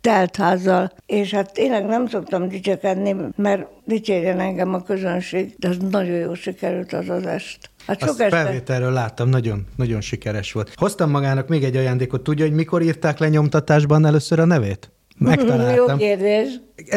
teltházzal, és hát tényleg nem szoktam dicsekedni, mert dicsérjen engem a közönség, de az nagyon jól sikerült az az est. Hát Azt este... felvételről láttam, nagyon, nagyon sikeres volt. Hoztam magának még egy ajándékot, tudja, hogy mikor írták le nyomtatásban először a nevét? Megtaláltam. Jó kérdés.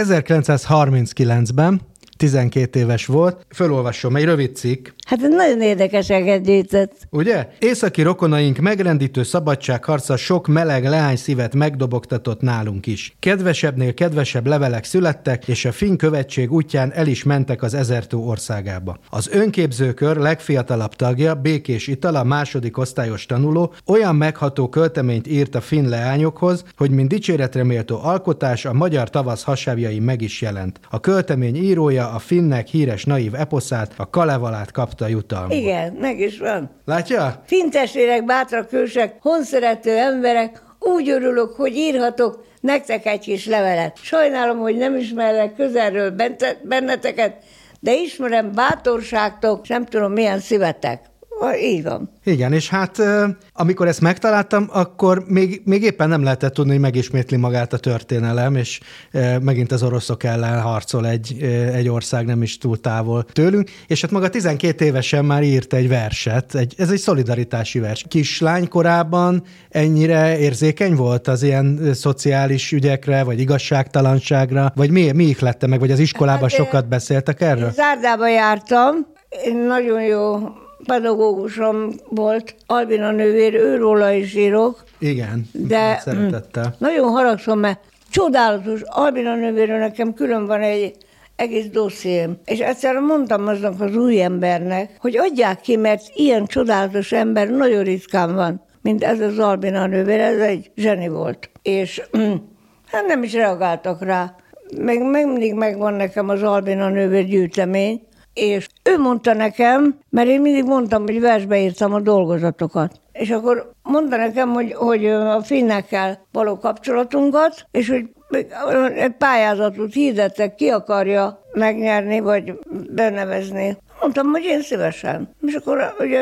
ezerkilencszázharminckilencben, tizenkét éves volt. Fölolvasom, egy rövid cikk. Hát nagyon érdekeseket gyűjtött. Ugye? Északi rokonaink megrendítő szabadságharca sok meleg leány szívet megdobogtatott nálunk is. Kedvesebbnél kedvesebb levelek születtek, és a finn követség útján el is mentek az Ezertó országába. Az önképzőkör legfiatalabb tagja, Békés Itala, második osztályos tanuló, olyan megható költeményt írt a finn leányokhoz, hogy mint dicséretre méltó alkotás a magyar tavasz hasábjai meg is jelent. A költemény írója a finnek híres naív eposzát, a Kalevalát kapta jutalmul. Igen, meg is van. Látja? Finn testvérek, bátrak, hősek, honszerető emberek, úgy örülök, hogy írhatok nektek egy kis levelet. Sajnálom, hogy nem ismerlek közelről benneteket, de ismerem bátorságtok, és nem tudom, milyen szívetek. Így van. Igen, és hát amikor ezt megtaláltam, akkor még, még éppen nem lehetett tudni, hogy megismétli magát a történelem, és megint az oroszok ellen harcol egy, egy ország nem is túl távol tőlünk, és hát maga tizenkét évesen már írt egy verset, egy, ez egy szolidaritási vers. Kislány korában ennyire érzékeny volt az ilyen szociális ügyekre, vagy igazságtalanságra, vagy mi, mi ihlette meg, vagy az iskolában hát, sokat beszéltek erről? Én Zárdába jártam, én nagyon jó pedagógusom volt, Albina nővér, őróla is írok. Igen, de szeretettel. Nagyon haragszom, mert csodálatos, Albina nővérről nekem külön van egy egész dossziém. És egyszer mondtam aznak az új embernek, hogy adják ki, mert ilyen csodálatos ember nagyon ritkán van, mint ez az Albina nővér, ez egy zseni volt. És hát nem is reagáltak rá. Meg, meg mindig megvan nekem az Albina nővér gyűjtemény, és ő mondta nekem, mert én mindig mondtam, hogy versbe írtam a dolgozatokat. És akkor mondta nekem, hogy, hogy a finnekkel való kapcsolatunkat, és hogy egy pályázatot hirdettek, ki akarja megnyerni, vagy benevezni. Mondtam, hogy én szívesen. És akkor ugye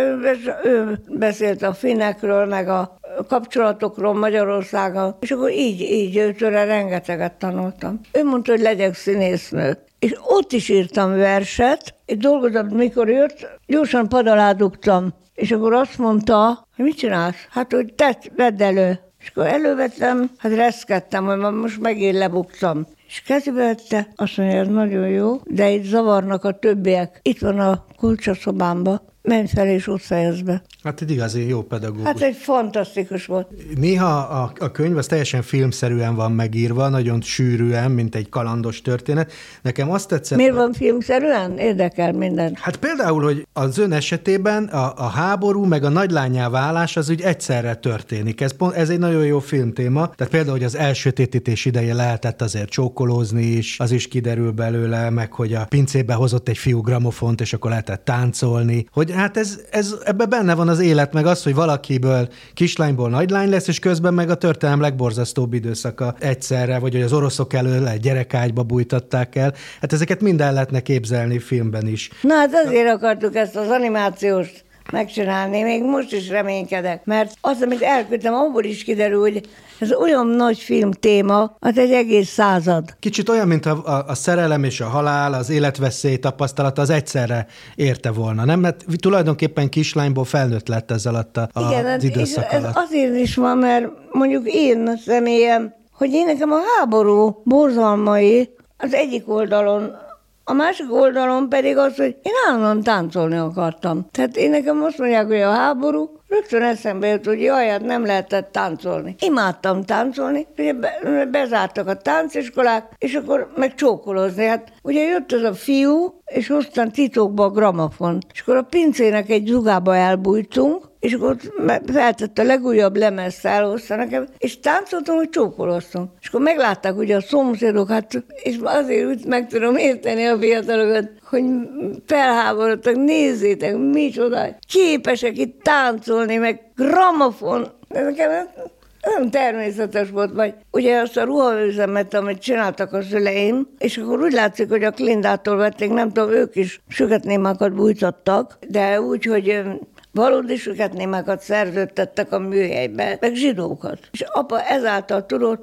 ő beszélt a finnekről, meg a kapcsolatokról Magyarországon, és akkor így, így őtőle rengeteget tanultam. Ő mondta, hogy legyek színésznő. És ott is írtam verset, egy dolgozat, mikor jött, gyorsan pad alá dugtam. És akkor azt mondta, hogy mit csinálsz? Hát, hogy tedd, vedd elő. És akkor elővettem, hát reszkedtem, hogy most megint lebuktam. És kezébe vette, azt mondja, ez nagyon jó, de itt zavarnak a többiek. Itt van a kulcsaszobámba. Menj fel és ott fejezd be. Hát egy igazi jó pedagógus. Hát egy fantasztikus volt. Néha a, a könyv az teljesen filmszerűen van megírva, nagyon sűrűen, mint egy kalandos történet. Nekem azt tetszett... Miért van filmszerűen? Érdekel minden. Hát például, hogy az ön esetében a, a háború meg a nagylánnyá válás az úgy egyszerre történik. Ez, pont, ez egy nagyon jó filmtéma. Tehát például, hogy az elsötétítés idején lehetett azért csókolózni is, az is kiderül belőle, meg hogy a pincébe hozott egy fiú gramofont, és akkor lehetett táncolni. Hogy hát ez, ez ebben benne van az élet, meg az, hogy valakiből kislányból nagylány lesz, és közben meg a történelem legborzasztóbb időszaka egyszerre, vagy hogy az oroszok elől egy gyerekágyba bújtatták el. Hát ezeket minden lehetne képzelni filmben is. Na hát azért akartuk ezt az animációs megcsinálni, még most is reménykedek, mert az, amit elküldtem, abból is kiderül, hogy ez olyan nagy film téma, az egy egész század. Kicsit olyan, mint a, a, a szerelem és a halál, az életveszély tapasztalata az egyszerre érte volna, nem? Mert tulajdonképpen kislányból felnőtt lett ez alatt a, Igen, az időszak ez alatt. Azért is van, mert mondjuk én személyem, hogy én nekem a háború borzalmai az egyik oldalon, a másik oldalon pedig az, hogy én állandóan táncolni akartam. Tehát én nekem azt mondják, hogy a háború, rögtön eszembe jött, hogy jaj, hát nem lehetett táncolni. Imádtam táncolni, ugye be, bezártak a tánciskolák, és akkor meg csókolozni. Hát ugye jött az a fiú, és hoztam titokba a gramafont. És akkor a pincének egy zugába elbújtunk, és akkor feltett a legújabb lemezt, elhozta nekem, és táncoltam, hogy csókoloztam. És akkor meglátták ugye a szomszédok, hát, és azért úgy meg tudom érteni a fiatalokat, hogy felháborodtak, nézzétek, micsoda, képesek itt táncolni, meg gramofon. De nekem nem természetes volt, vagy ugye azt a ruhaüzemet, amit csináltak a szüleim, és akkor úgy látszik, hogy a Klindától vették, nem tudom, ők is süketnémákat bújtattak, de úgy, hogy valódi süketnémákat szerződtettek a műhelybe, meg zsidókat. És apa ezáltal tudott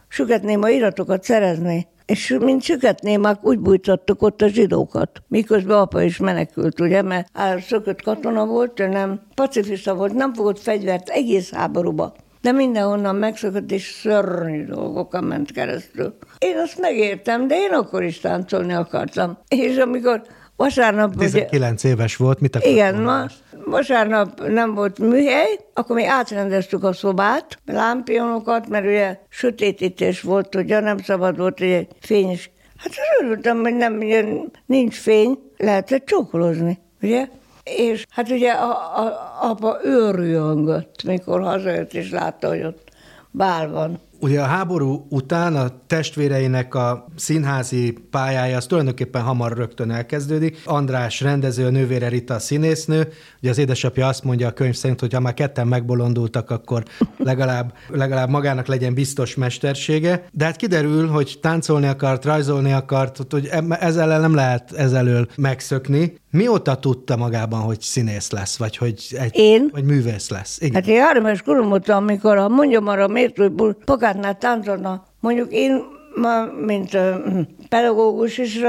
süketnéma iratokat szerezni. És mint süketnémák úgy bújtattuk ott a zsidókat. Miközben apa is menekült, ugye, mert szökött katona volt, ő nem pacifista volt, nem fogott fegyvert egész háborúba. De mindenhonnan megszökött, és szörnyű dolgokon ment keresztül. Én azt megértem, de én akkor is táncolni akartam. És amikor vasárnap... tizenkilenc ugye, éves volt, mit akart? Igen, ma, vasárnap nem volt műhely, akkor mi átrendeztük a szobát, lámpionokat, mert ugye sötétítés volt, ugye nem szabad volt, hogy egy fényes... Hát örültem, hogy nem, nincs fény, lehetett csókolózni, ugye? És hát ugye a, a, apa őrjöngött, mikor hazajött, és látta, hogy ott bál van. Ugye a háború után a testvéreinek a színházi pályája az tulajdonképpen hamar rögtön elkezdődik. András rendező, a nővére Rita a színésznő. Ugye az édesapja azt mondja a könyv szerint, hogy ha már ketten megbolondultak, akkor legalább, legalább magának legyen biztos mestersége. De hát kiderül, hogy táncolni akart, rajzolni akart, hogy ezzel nem lehet ezelől megszökni. Mióta tudta magában, hogy színész lesz, vagy hogy egy, én? Vagy művész lesz? Igen. Hát én három éves koromban, amikor ha mondjam arra, miért, hogy Pakátnál táncolna, mondjuk én ma, mint uh, pedagógus is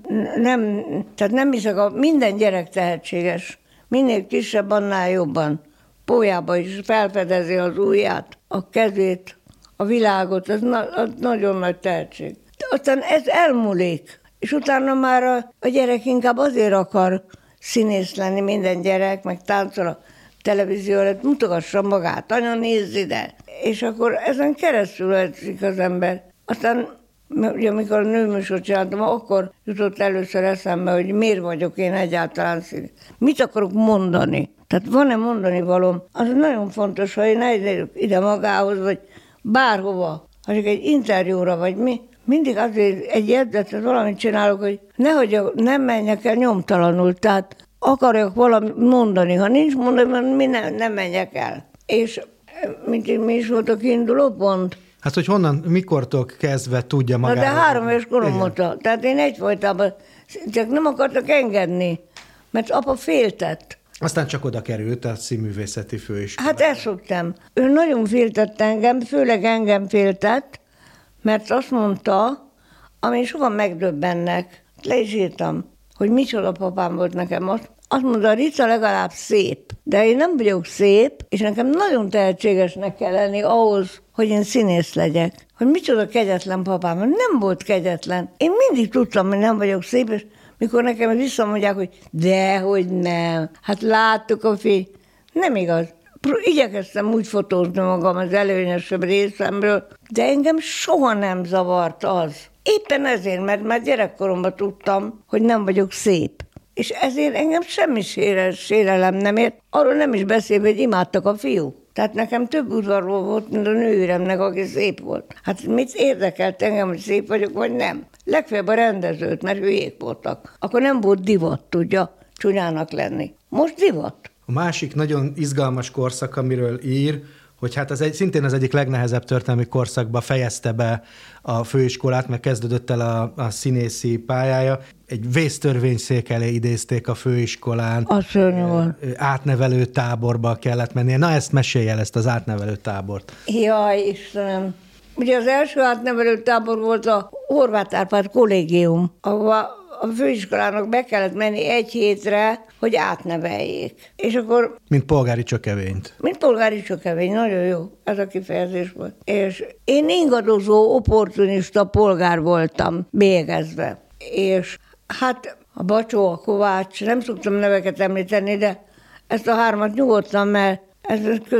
nem, tehát nem hiszek, a minden gyerek tehetséges. Minél kisebb, annál jobban. Pólyába is felfedezi az ujját, a kezét, a világot, ez na, az nagyon nagy tehetség. Aztán ez elmúlik, és utána már a, a gyerek inkább azért akar színész lenni, minden gyerek, meg táncol a televízió előtt, mutogassa magát, anya, nézz ide. És akkor ezen keresztül lehetzik az ember. Aztán, ugye, amikor a nőműsort csináltam, akkor jutott először eszembe, hogy miért vagyok én egyáltalán színész. Mit akarok mondani? Tehát van-e mondani valóm? Az nagyon fontos, ha én eljövök ide magához, vagy bárhova, ha csak egy interjúra, vagy mi, mindig azért egy jegyzetet valamit csinálok, hogy nehogy nem menjek el nyomtalanul, tehát akarok valamit mondani, ha nincs mondani, mi nem, nem menjek el. És mint mi is volt a kiinduló pont? Hát, hogy honnan, mikortól kezdve tudja magáról? Na de három éves korom óta. Tehát én egyfolytában csak nem akartak engedni, mert apa féltett. Aztán csak oda került a színművészeti főiskolába. Hát ezt szoktam. Ő nagyon féltett engem, főleg engem féltett, mert azt mondta, amin sokan megdöbbennek, le is írtam, hogy micsoda papám volt nekem. Azt, azt mondta, Rita legalább szép, de én nem vagyok szép, és nekem nagyon tehetségesnek kell lenni ahhoz, hogy én színész legyek. Hogy micsoda kegyetlen papám, nem volt kegyetlen. Én mindig tudtam, hogy nem vagyok szép, és mikor nekem visszamondják, hogy dehogy nem, hát láttuk a fi. Nem igaz. Igyekeztem úgy fotózni magam az előnyösebb részemről, de engem soha nem zavart az. Éppen ezért, mert már gyerekkoromban tudtam, hogy nem vagyok szép. És ezért engem semmi sérelem nem ért. Arról nem is beszélve, hogy imádtak a fiúk. Tehát nekem több udvarról volt, mint a nővéremnek, aki szép volt. Hát mit érdekelt engem, hogy szép vagyok, vagy nem? Legfeljebb a rendezőt, mert hülyék voltak. Akkor nem volt divat, tudja, csúnyának lenni. Most divat. A másik nagyon izgalmas korszak, amiről ír, hogy hát az egy, szintén az egyik legnehezebb történelmi korszakban fejezte be a főiskolát, mert kezdődött el a, a színészi pályája. Egy vésztörvényszék elé idézték a főiskolán. Az szörnyű volt. Átnevelő táborba kellett mennie. Na, ezt mesélj el, ezt az átnevelő tábort. Jaj, Istenem! Ugye az első átnevelő tábor volt a Horváth Árpád kollégium, ahova a főiskolának be kellett menni egy hétre, hogy átneveljék. És akkor... Mint polgári csökevényt. Mint polgári csökevény, nagyon jó, ez a kifejezés volt. És én ingadozó, opportunista polgár voltam bélyegezve. És hát a Bacsó, a Kovács, nem szoktam neveket említeni, de ezt a hármat nyugodtan, mert ez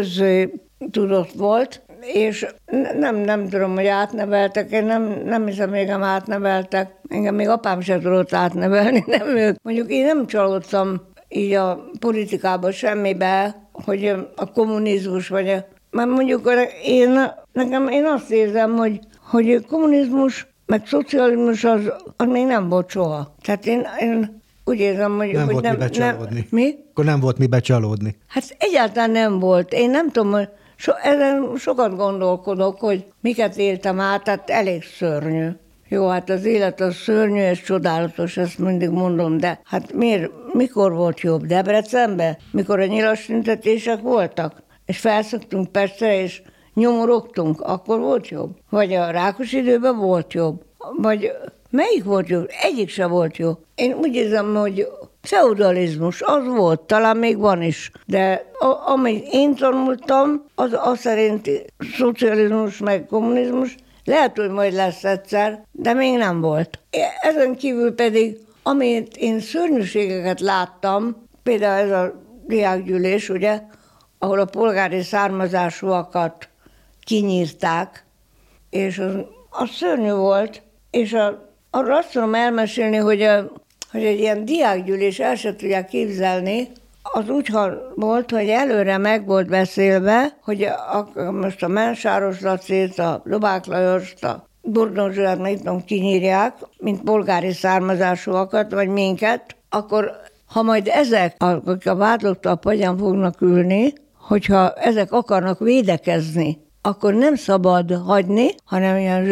köztudott volt, és nem, nem tudom, hogy átneveltek, én nem, nem hiszem, még nem átneveltek. Engem még apám sem tudott átnevelni, nem ők. Mondjuk én nem csalódtam így a politikába semmibe, hogy a kommunizmus vagy a... Mert mondjuk én, nekem, én azt érzem, hogy, hogy kommunizmus meg szocializmus az, az még nem volt soha. Tehát én, én úgy érzem, hogy nem hogy volt nem, mibe csalódni. Nem, mi? Akkor nem volt mibe csalódni. Hát egyáltalán nem volt. Én nem tudom, hogy so, ezen sokat gondolkodok, hogy miket éltem át, tehát elég szörnyű. Jó, hát az élet az szörnyű és csodálatos, ezt mindig mondom, de hát miért, mikor volt jobb? Debrecenben? Mikor a nyilas tüntetések voltak? És felszöktünk Pestre, és nyomorogtunk, akkor volt jobb. Vagy a rákos időben volt jobb. Vagy melyik volt jó? Egyik se volt jó. Én úgy érzem, hogy feudalizmus, az volt, talán még van is. De a, amit én tanultam, az, az szerinti szocializmus meg kommunizmus, lehet, hogy majd lesz egyszer, de még nem volt. Ezen kívül pedig, amit én szörnyűségeket láttam, például ez a diákgyűlés, ugye, ahol a polgári származásúakat kinyírták, és az, az szörnyű volt, és a, arra azt tudom elmesélni, hogy, a, hogy egy ilyen diákgyűlés el se tudják képzelni, az úgy volt, hogy előre meg volt beszélve, hogy a, a, most a Mensáros Lacét, a Lovák Lajost, a Burdon Zsolát, meg tudom, kinyírják, mint polgári származásúakat, vagy minket, akkor ha majd ezek, akik a vádlottak padján fognak ülni, hogyha ezek akarnak védekezni, akkor nem szabad hagyni, hanem ilyen,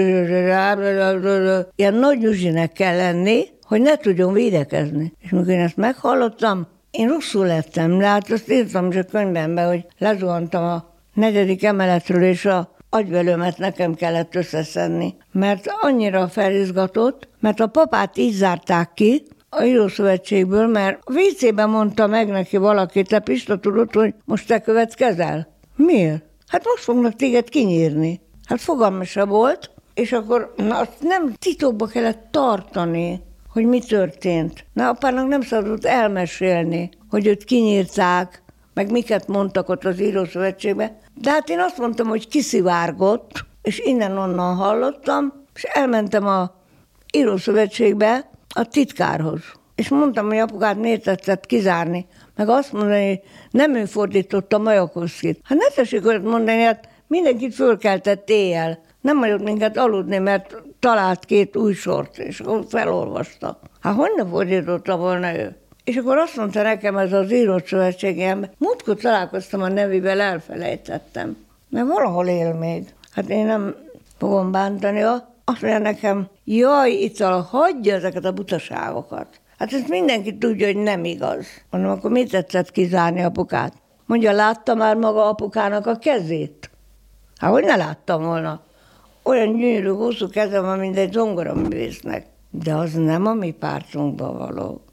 ilyen nagy nyuzsinek kell lenni, hogy ne tudjon védekezni. És mikor én ezt meghallottam, én rosszul lettem, de hát azt írtam is a könyvemben, hogy lezuhantam a negyedik emeletről, és a agyvelőmet nekem kellett összeszedni, mert annyira felizgatott, mert a papát így zárták ki a Írószövetségből, mert a vé cében mondta meg neki valaki, te Pista, tudod, hogy most te következel? Miért? Hát most fognak téged kinyírni. Hát fogalma se volt, és akkor na, azt nem titokba kellett tartani, hogy mi történt. Na, apának nem szabadott elmesélni, hogy őt kinyírták, meg miket mondtak ott az Írószövetségben. De hát én azt mondtam, hogy kiszivárgott, és innen-onnan hallottam, és elmentem a Írószövetségbe a titkárhoz. És mondtam, hogy apukát miért tetszett kizárni, meg azt mondani, hogy nem ő fordította Majakovszkit. Hát ne tessék olyat mondani, hát mindenkit fölkeltett éjjel. Nem hagyott minket aludni, mert talált két új sort, és akkor felolvasta. Hát hogy ne fordította volna ő? És akkor azt mondta nekem ez az Írószövetségem, múltkor találkoztam a nevével, elfelejtettem. Mert valahol él még. Hát én nem fogom bántani. Azt mondja nekem, jaj, Ital, hagyja ezeket a butaságokat. Hát ezt mindenki tudja, hogy nem igaz. Mondom, akkor mit tetszett kizárni apukát? Mondja, látta már maga apukának a kezét? Hát hogy ne láttam volna? Olyan gyönyörű, hosszú kezem van, mint egy zongoraművésznek. De az nem a mi pártunkba való.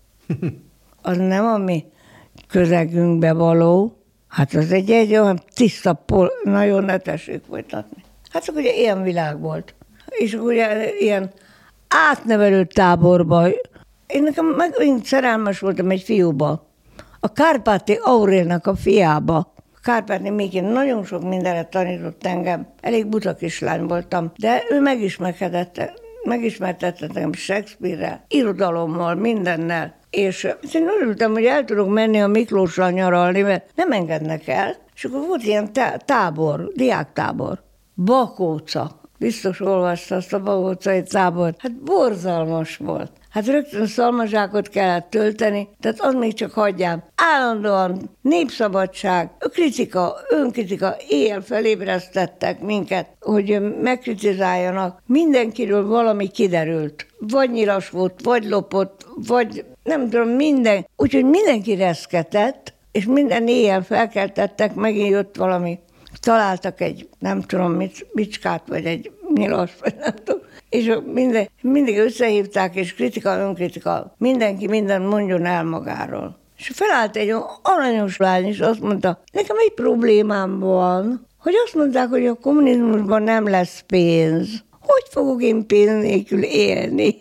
Az nem a mi közegünkbe való. Hát az egy, egy olyan tiszta pol... Nagyon ne tessék folytatni. Hát akkor ugye ilyen világ volt. És ugye ilyen átnevelő táborba. Én nekem meg én szerelmes voltam egy fiúba. A Kárpáti Aurélnak a fiába. A Kárpáti Mikin nagyon sok mindenre tanított engem. Elég buta kislány voltam, de ő megismerkedett, megismertette engem Shakespeare-rel, irodalommal, mindennel. És én örültem, hogy el tudok menni a Miklóssal nyaralni, mert nem engednek el. És akkor volt ilyen tábor, diáktábor. Bakóca. Biztos olvasta azt a bakócai tábort. Hát borzalmas volt. Hát rögtön szalmazsákot kellett tölteni, tehát az még csak hagyjám. Állandóan népszabadság, kritika, önkritika, éjjel felébresztettek minket, hogy megkritizáljanak. Mindenkiről valami kiderült. Vagy nyilas volt, vagy lopott, vagy nem tudom, minden. Úgyhogy mindenki reszketett, és minden éjjel felkeltettek, megint jött valami. Találtak egy, nem tudom, mit, bicskát, vagy egy nyilas, vagy nem tudom. És minden, mindig összehívták, és kritika, önkritika, mindenki mindent mondjon el magáról. És felállt egy aranyos lány, és azt mondta, nekem egy problémám van, hogy azt mondták, hogy a kommunizmusban nem lesz pénz. Hogy fogok én pénz nélkül élni?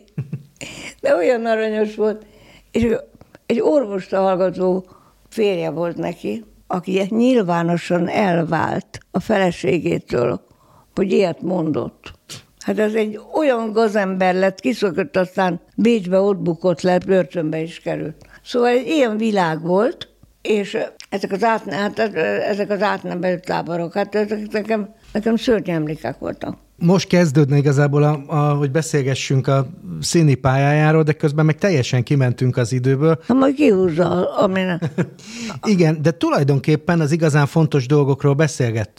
De olyan aranyos volt. És egy orvosta hallgató férje volt neki, aki nyilvánosan elvált a feleségétől, hogy ilyet mondott. Hát ez egy olyan gazember lett, kiszökött, aztán Bécsbe ott bukott le, börtönbe is került. Szóval egy ilyen világ volt, és ezek az, át, hát ezek az átnevelő táborok, hát ezek nekem, nekem szörnyű emlékek voltak. Most kezdődne igazából, a, a, hogy beszélgessünk a színi pályájáról, de közben meg teljesen kimentünk az időből. Ha majd kihúzza, amire... Igen, de tulajdonképpen az igazán fontos dolgokról beszélgettünk,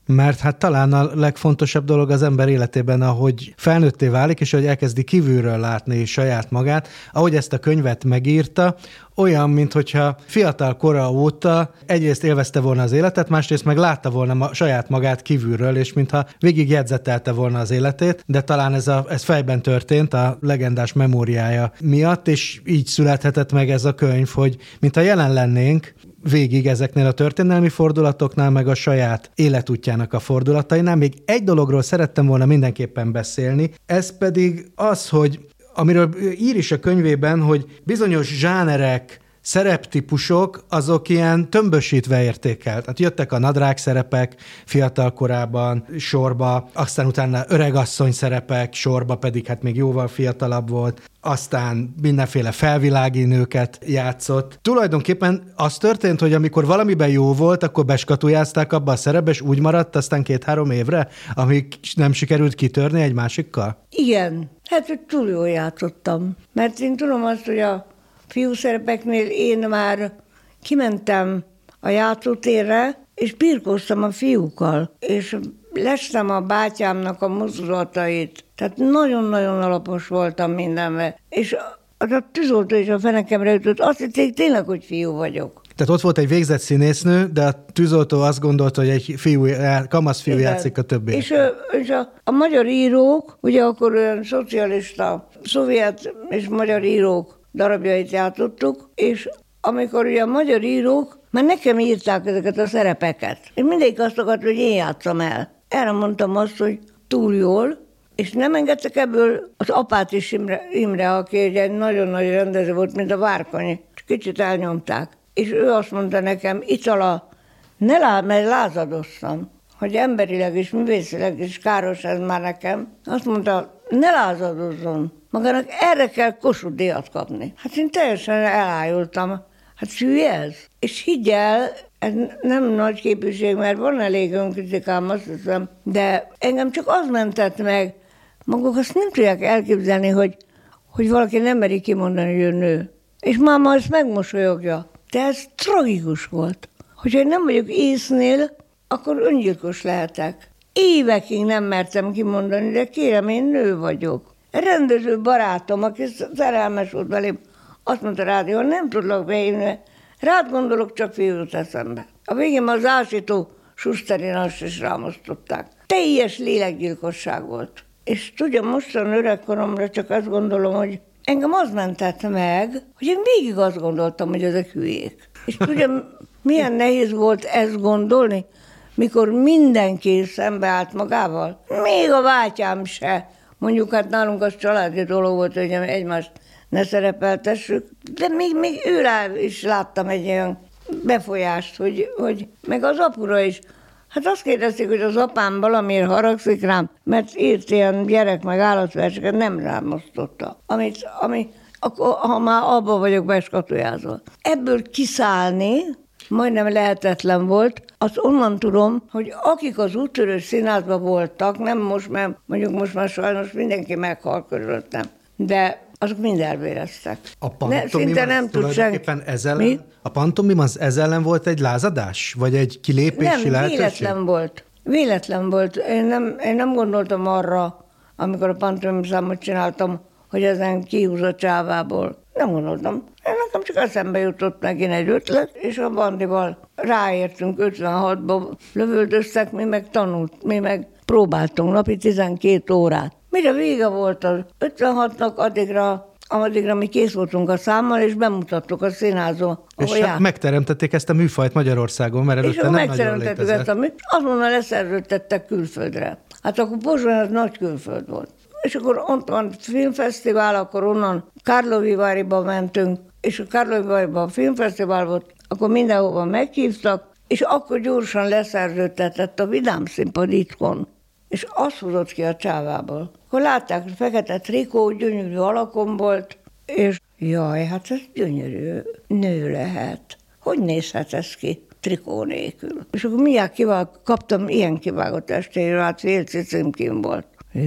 Mert hát talán a legfontosabb dolog az ember életében, ahogy felnőtté válik, és ahogy elkezdi kívülről látni saját magát, ahogy ezt a könyvet megírta, olyan, minthogyha fiatal kora óta egyrészt élvezte volna az életet, másrészt meg látta volna ma, saját magát kívülről, és mintha végig jegyzetelte volna az életét, de talán ez, a, ez fejben történt a legendás memóriája miatt, és így születhetett meg ez a könyv, hogy mintha jelen lennénk végig ezeknél a történelmi fordulatoknál, meg a saját életútjának a fordulatainál. Még egy dologról szerettem volna mindenképpen beszélni, ez pedig az, hogy amiről ír is a könyvében, hogy bizonyos zsánerek, szereptípusok, azok ilyen tömbösítve értékelt. Tehát jöttek a nadrág szerepek fiatal korában sorba, aztán utána öregasszony szerepek sorba, pedig hát még jóval fiatalabb volt, aztán mindenféle felvilági nőket játszott. Tulajdonképpen az történt, hogy amikor valamiben jó volt, akkor beskatujázták abba a szerepbe, és úgy maradt aztán két-három évre, amíg nem sikerült kitörni egy másikkal? Igen, hát hogy túl jól játszottam. Mert én tudom azt, hogy a fiúszerepeknél én már kimentem a játszótérre, és birkóztam a fiúkkal, és lestem a bátyámnak a mozdulatait. Tehát nagyon-nagyon alapos voltam mindenben. És az a tűzoltó is a fenekemre ütött, azt hitték tényleg, hogy fiú vagyok. Tehát ott volt egy végzett színésznő, de a tűzoltó azt gondolta, hogy egy fiú, kamasz fiú igen. játszik a többi. És, és a, a magyar írók, ugye akkor olyan szocialista, szovjet és magyar írók darabjait játszottuk, és amikor ugye a magyar írók már nekem írták ezeket a szerepeket, és mindegyik azt akart, hogy én játszom el. Erre mondtam azt, hogy túl jól, és nem engedtek ebből az apát is Imre, Imre aki egy nagyon nagy rendező volt, mint a Várkonyi, és kicsit elnyomták. És ő azt mondta nekem, Itala, ne lá, mert lázadoztam, hogy emberileg és művészileg is káros ez már nekem. Azt mondta, ne lázadozzon, magának erre kell Kossuth díjat kapni. Hát én teljesen elájultam. Hát hülye ez. És higgy el, ez nem nagy képűség, mert van elég önkritikám, azt hiszem, de engem csak az mentett meg, maguk azt nem tudják elképzelni, hogy, hogy valaki nem meri kimondani, hogy ő nő. És máma ezt megmosolyogja. De ez tragikus volt. Hogyha én nem vagyok észnél, akkor öngyilkos lehetek. Évekig nem mertem kimondani, de kérem, én nő vagyok. Rendező barátom, aki szerelmes volt velém, azt mondta rádió, nem tudlak beívni, rád gondolok, csak fiú jut eszembe. A végén az ásító Schusterin azt is rámosztották. Teljes lélekgyilkosság volt. És tudja, mostan öregkoromra csak azt gondolom, hogy engem az mentett meg, hogy én végig azt gondoltam, hogy ezek hülyék. És tudja, milyen nehéz volt ezt gondolni, mikor mindenki szembeállt magával. Még a bátyám se. Mondjuk hát nálunk az családi dolog volt, hogy egymást ne szerepeltessük, de még, még őrá is láttam egy olyan befolyást, hogy, hogy meg az apura is. Hát azt kérdezték, hogy az apám valamiért haragszik rám, mert írt ilyen gyerek meg állatverseket, nem rám osztotta. Amit, ami, akkor, ha már abba vagyok beskatujázva. Ebből kiszállni majdnem lehetetlen volt, azt onnan tudom, hogy akik az Úttörős Színházban voltak, nem most, mert mondjuk most már sajnos mindenki meghal körülöttem, de azok mind elvéreztek. A pantomim ne, nem tulajdonképpen ez ellen, Mi? A pantomim az ez ellen volt egy lázadás? Vagy egy kilépési nem, lehetőség? véletlen volt. Véletlen volt. Én nem, én nem gondoltam arra, amikor a pantomim számot csináltam, hogy ezen kihúzott csávából. Nem gondoltam. Én nekem csak eszembe jutott megint egy ötlet, és a Bandival ráértünk ötvenhatba, lövöldöztek, mi meg tanult, mi meg próbáltunk napi tizenkét órát. Mire vége volt az ötvenhatnak, addigra, addigra mi kész voltunk a számmal, és bemutattuk a színházba. És hát megteremtették ezt a műfajt Magyarországon, mert előtte nem nagyon létezett. Ezt a műfajt, azonnal leszerződtettek külföldre. Hát akkor Pozsony az nagy külföld volt. És akkor ott van filmfesztivál, akkor onnan Karlovy-Varyba mentünk, és a Karlovy-Varyban filmfesztivál volt, akkor mindenhova meghívtak, és akkor gyorsan leszerződtetett a Vidám Színpad itthon. És azt hozott ki a csávából. Akkor látták, hogy fekete trikó, gyönyörű alakon volt, és jaj, hát ez gyönyörű nő lehet. Hogy nézhet ez ki trikó nélkül? És akkor mindjárt kivág, kaptam ilyen kivágott estéről, hát félci címkén volt.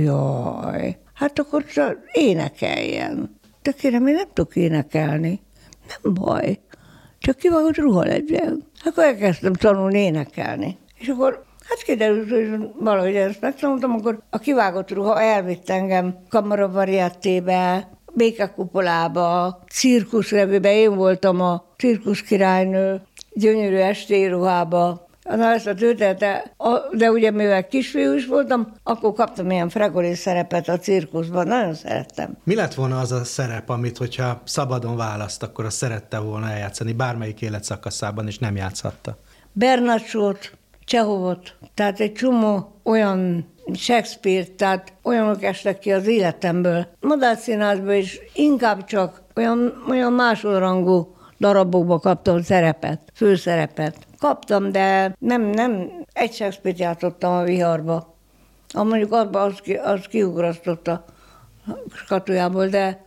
Jaj, hát akkor csak énekeljen. De kérem, én nem tudok énekelni. Nem baj, csak kivágott ruha legyen. Akkor elkezdtem tanulni énekelni. És akkor Hát kiderült, hogy valahogy ezt megtanultam, akkor a kivágott ruha elvitt engem kamaravarietébe, békekupolába, cirkuszrevőbe, én voltam a cirkuszkirálynő, gyönyörű esti ruhába. Na ezt a történetet, de ugye mivel kisfiú is voltam, akkor kaptam ilyen Fregoli szerepet a cirkuszban, nagyon szerettem. Mi lett volna az a szerep, amit, hogyha szabadon választ, akkor azt szerette volna eljátszani bármelyik életszakaszában, és nem játszhatta? Bernacsót, Csehovot, tehát egy csomó olyan Shakespeare-t, tehát olyanok estek ki az életemből. Madárszínházban is inkább csak olyan, olyan másodrangú darabokba kaptam szerepet, főszerepet. Kaptam, de nem, nem egy Shakespeare-t játszottam a Viharba. A mondjuk abban az, ki, az kiugrasztott a skatujából, de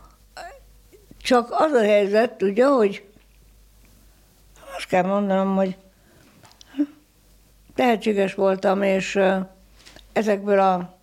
csak az a helyzet, tudja, hogy azt kell mondanom, hogy tehetséges voltam, és ezekből a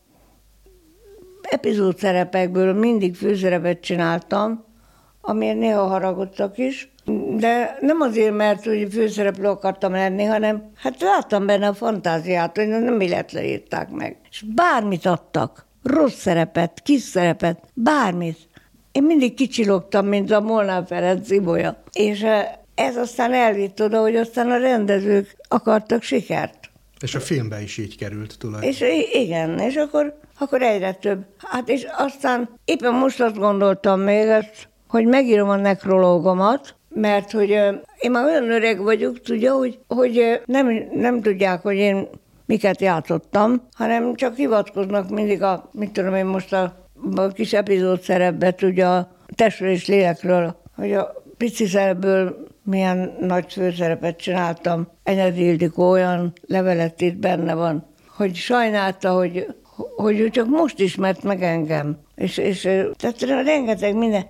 epizód szerepekből mindig főszerepet csináltam, amiért néha haragudtak is, de nem azért, mert hogy főszereplő akartam lenni, hanem hát láttam benne a fantáziát, hogy nem illetlen írták meg. És bármit adtak, rossz szerepet, kis szerepet, bármit. Én mindig kicsilogtam, mint a Molnár Ferenc Ibolya. És ez aztán elvitt oda, hogy aztán a rendezők akartak sikert. És a filmbe is így került tulajdonképpen. És igen, és akkor, akkor egyre több. Hát és aztán éppen most azt gondoltam még ezt, hogy megírom a nekrológomat, mert hogy én már olyan öreg vagyok, tudja, hogy, hogy nem, nem tudják, hogy én miket játszottam, hanem csak hivatkoznak mindig a, mit tudom én most a, a kis epizód szerepbe, tudja, a testről és lélekről, hogy a pici szerepből milyen nagy főszerepet csináltam. Enyedi Ildikó olyan levelet itt benne van, hogy sajnálta, hogy, hogy ő csak most ismert meg engem. És, és tehát rengeteg minden.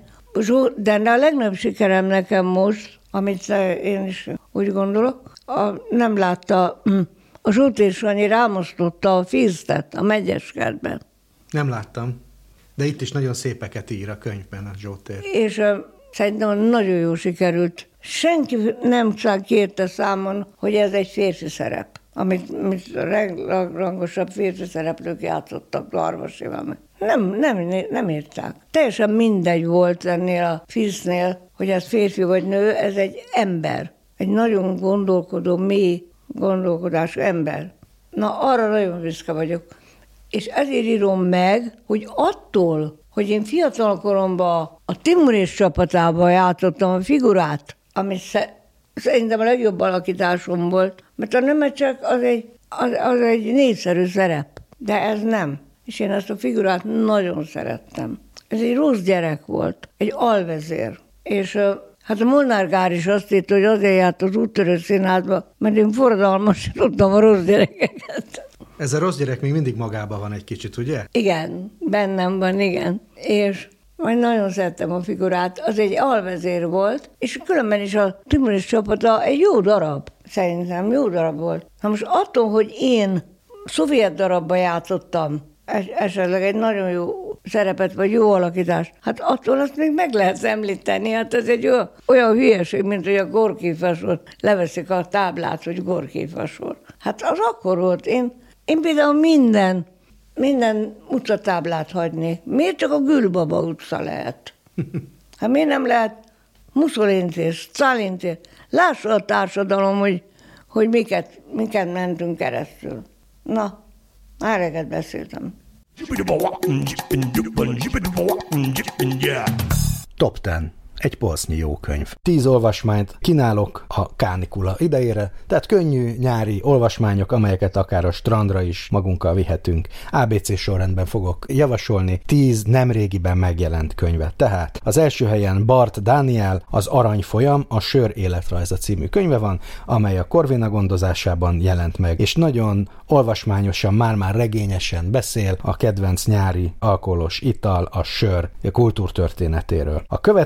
De a legnagyobb sikerem nekem most, amit én is úgy gondolok, a, nem látta, a Zsótér Sanyi rámosztotta a Fisztet a Megyeskertben. Nem láttam, de itt is nagyon szépeket ír a könyvben a Zsótér. És uh, szerintem nagyon jó sikerült. Senki nem csak kérte számon, hogy ez egy férfi szerep, amit, amit a legrangosabb férfi szereplők játszottak Larvasival. Nem, nem, nem írták. Teljesen mindegy volt ennél a Fisznél, hogy ez férfi vagy nő, ez egy ember. Egy nagyon gondolkodó, mély gondolkodású ember. Na, arra nagyon büszke vagyok. És ezért írom meg, hogy attól, hogy én fiatal koromban a Timurész csapatában játszottam a figurát, ami szerintem a legjobb alakításom volt, mert a Nemecsek az egy, az, az egy népszerű szerep, de ez nem. És én ezt a figurát nagyon szerettem. Ez egy rossz gyerek volt, egy alvezér. És hát a Molnár Gár is azt írta, hogy azért járt az Úttörő Színházba, mert én forradalmasítottam a rossz gyerekeket. Ez a rossz gyerek még mindig magában van egy kicsit, ugye? Igen, bennem van, igen. És majd nagyon szerettem a figurát, az egy alvezér volt, és különben is a Timurész csapata egy jó darab, szerintem jó darab volt. Na most attól, hogy én szovjet darabban játszottam, esetleg egy nagyon jó szerepet, vagy jó alakítás, hát attól azt még meg lehet említeni, hát ez egy olyan, olyan hülyeség, mint hogy a Gorki Fasor, leveszik a táblát, hogy Gorki Fasor. Hát az akkor volt, én, én például minden, minden utcatáblát hagyni. Miért csak a Gülbaba utca lehet? Hát miért nem lehet Mussolini tér, Sztálin tér? Lássa a társadalom, hogy, hogy miket, miket mentünk keresztül. Na, már reggelt beszéltem. Top tíz. Egy polsznyi jó könyv. Tíz olvasmányt kínálok a kánikula idejére, tehát könnyű nyári olvasmányok, amelyeket akár a strandra is magunkkal vihetünk. á bé cé sorrendben fogok javasolni tíz nemrégiben megjelent könyvet. Tehát az első helyen Bart Daniel, az Arany folyam, a Sör életrajza című könyve van, amely a Corvina gondozásában jelent meg, és nagyon olvasmányosan, már-már regényesen beszél a kedvenc nyári alkoholos ital, a sör kultúrtörténetéről. A következő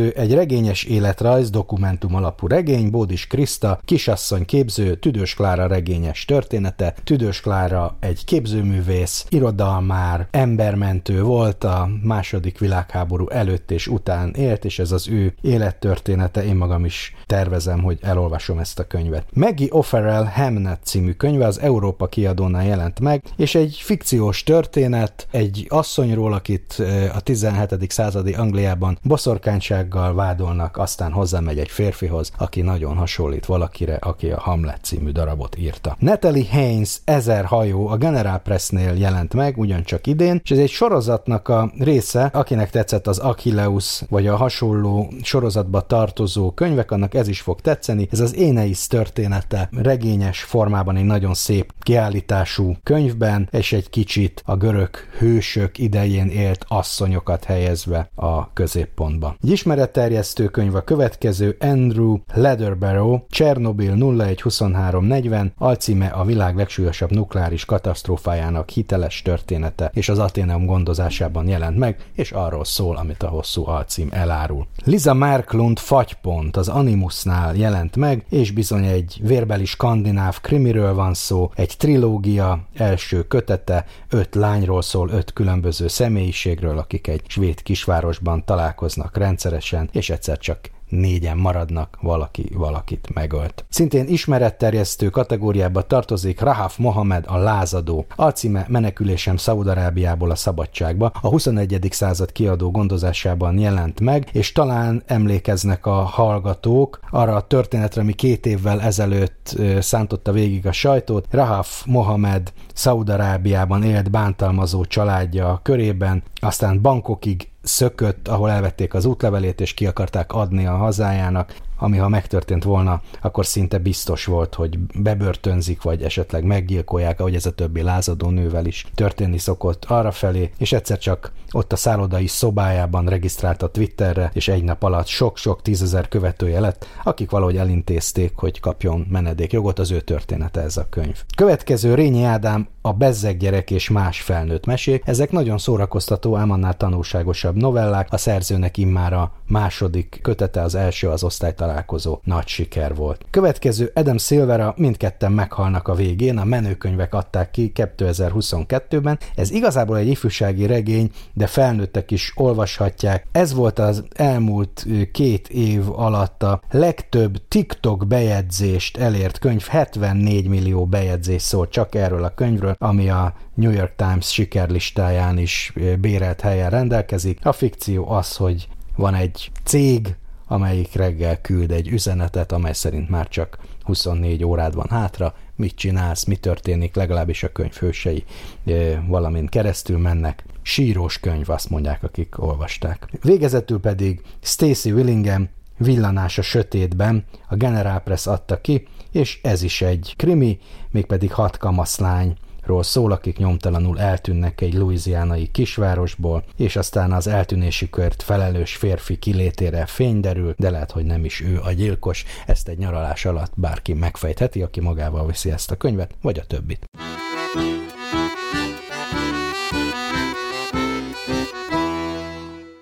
Következő egy regényes életrajz, dokumentum alapú regény, Bódis Kriszta, kisasszony képző, Tüdős Klára regényes története. Tüdős Klára egy képzőművész, irodalmár, embermentő volt, a második világháború előtt és után élt, és ez az ő élettörténete. Én magam is tervezem, hogy elolvasom ezt a könyvet. Maggie O'Farrell Hamnet című könyve az Európa kiadónál jelent meg, és egy fikciós történet egy asszonyról, akit a tizenhetedik századi Angliában boszorkánysággal vádolnak, aztán hozzámegy egy férfihoz, aki nagyon hasonlít valakire, aki a Hamlet című darabot írta. Natalie Haynes Ezer hajó a General Pressnél jelent meg, ugyancsak idén, és ez egy sorozatnak a része, akinek tetszett az Achilleus, vagy a hasonló sorozatba tartozó könyvek, annak ez is fog tetszeni. Ez az Éneisz története regényes formában egy nagyon szép kiállítású könyvben, és egy kicsit a görög hősök idején élt asszonyokat helyezve a középpontba. Egy ismeretterjesztő könyv a következő, Andrew Lederborough, Csernobil nulla egy huszonhárom negyven, alcíme a világ legsúlyosabb nukleáris katasztrófájának hiteles története, és az Athenaeum gondozásában jelent meg, és arról szól, amit a hosszú alcím elárul. Liza Marklund Fagypont az Animusnál jelent meg, és bizony egy vérbeli skandináv krimiről van szó, egy trilógia első kötete, öt lányról szól, öt különböző személyiségről, akik egy svéd kisvárosban találkoznak rendszeresen, és egyszer csak négyen maradnak, valaki valakit megölt. Szintén ismeretterjesztő kategóriába tartozik Rahaf Mohamed a lázadó. Alcíme Menekülésem Szaúd-Arábiából a szabadságba. A huszonegyedik század kiadó gondozásában jelent meg, és talán emlékeznek a hallgatók arra a történetre, ami két évvel ezelőtt szántotta végig a sajtót. Rahaf Mohamed Szaúd-Arábiában élt bántalmazó családja körében, aztán Bangkokig szökött, ahol elvették az útlevelét, és ki akarták adni a hazájának, ami ha megtörtént volna, akkor szinte biztos volt, hogy bebörtönzik, vagy esetleg meggyilkolják, ahogy ez a többi lázadó nővel is történni szokott arrafelé, és egyszer csak ott a szállodai szobájában regisztrált a Twitterre, és egy nap alatt sok-sok tízezer követője lett, akik valahogy elintézték, hogy kapjon menedékjogot, az ő története ez a könyv. Következő Rényi Ádám a Bezzeg gyerek és más felnőtt mesék. Ezek nagyon szórakoztató, ám annál tanulságosabb novellák. A szerzőnek immár a második kötete, az első az osztálytalálkozó nagy siker volt. Következő Adam Silvera, mindketten meghalnak a végén, a Menőkönyvek adták ki kétezer-huszonkettőben. Ez igazából egy ifjúsági regény, de felnőttek is olvashatják. Ez volt az elmúlt két év alatt a legtöbb TikTok bejegyzést elért könyv, hetvennégy millió bejegyzés szól csak erről a könyvről, ami a New York Times sikerlistáján is bérelt helyen rendelkezik. A fikció az, hogy van egy cég, amelyik reggel küld egy üzenetet, amely szerint már csak huszonnégy órád van hátra, mit csinálsz, mi történik, legalábbis a könyv hősei valamint keresztül mennek. Sírós könyv, azt mondják, akik olvasták. Végezetül pedig Stacey Willingham Villanás a sötétben, a General Press adta ki, és ez is egy krimi, mégpedig hat kamaszlány ról szól, akik nyomtalanul eltűnnek egy louisianai kisvárosból, és aztán az eltűnésükért felelős férfi kilétére fény derül, de lehet, hogy nem is ő a gyilkos. Ezt egy nyaralás alatt bárki megfejtheti, aki magával viszi ezt a könyvet, vagy a többit.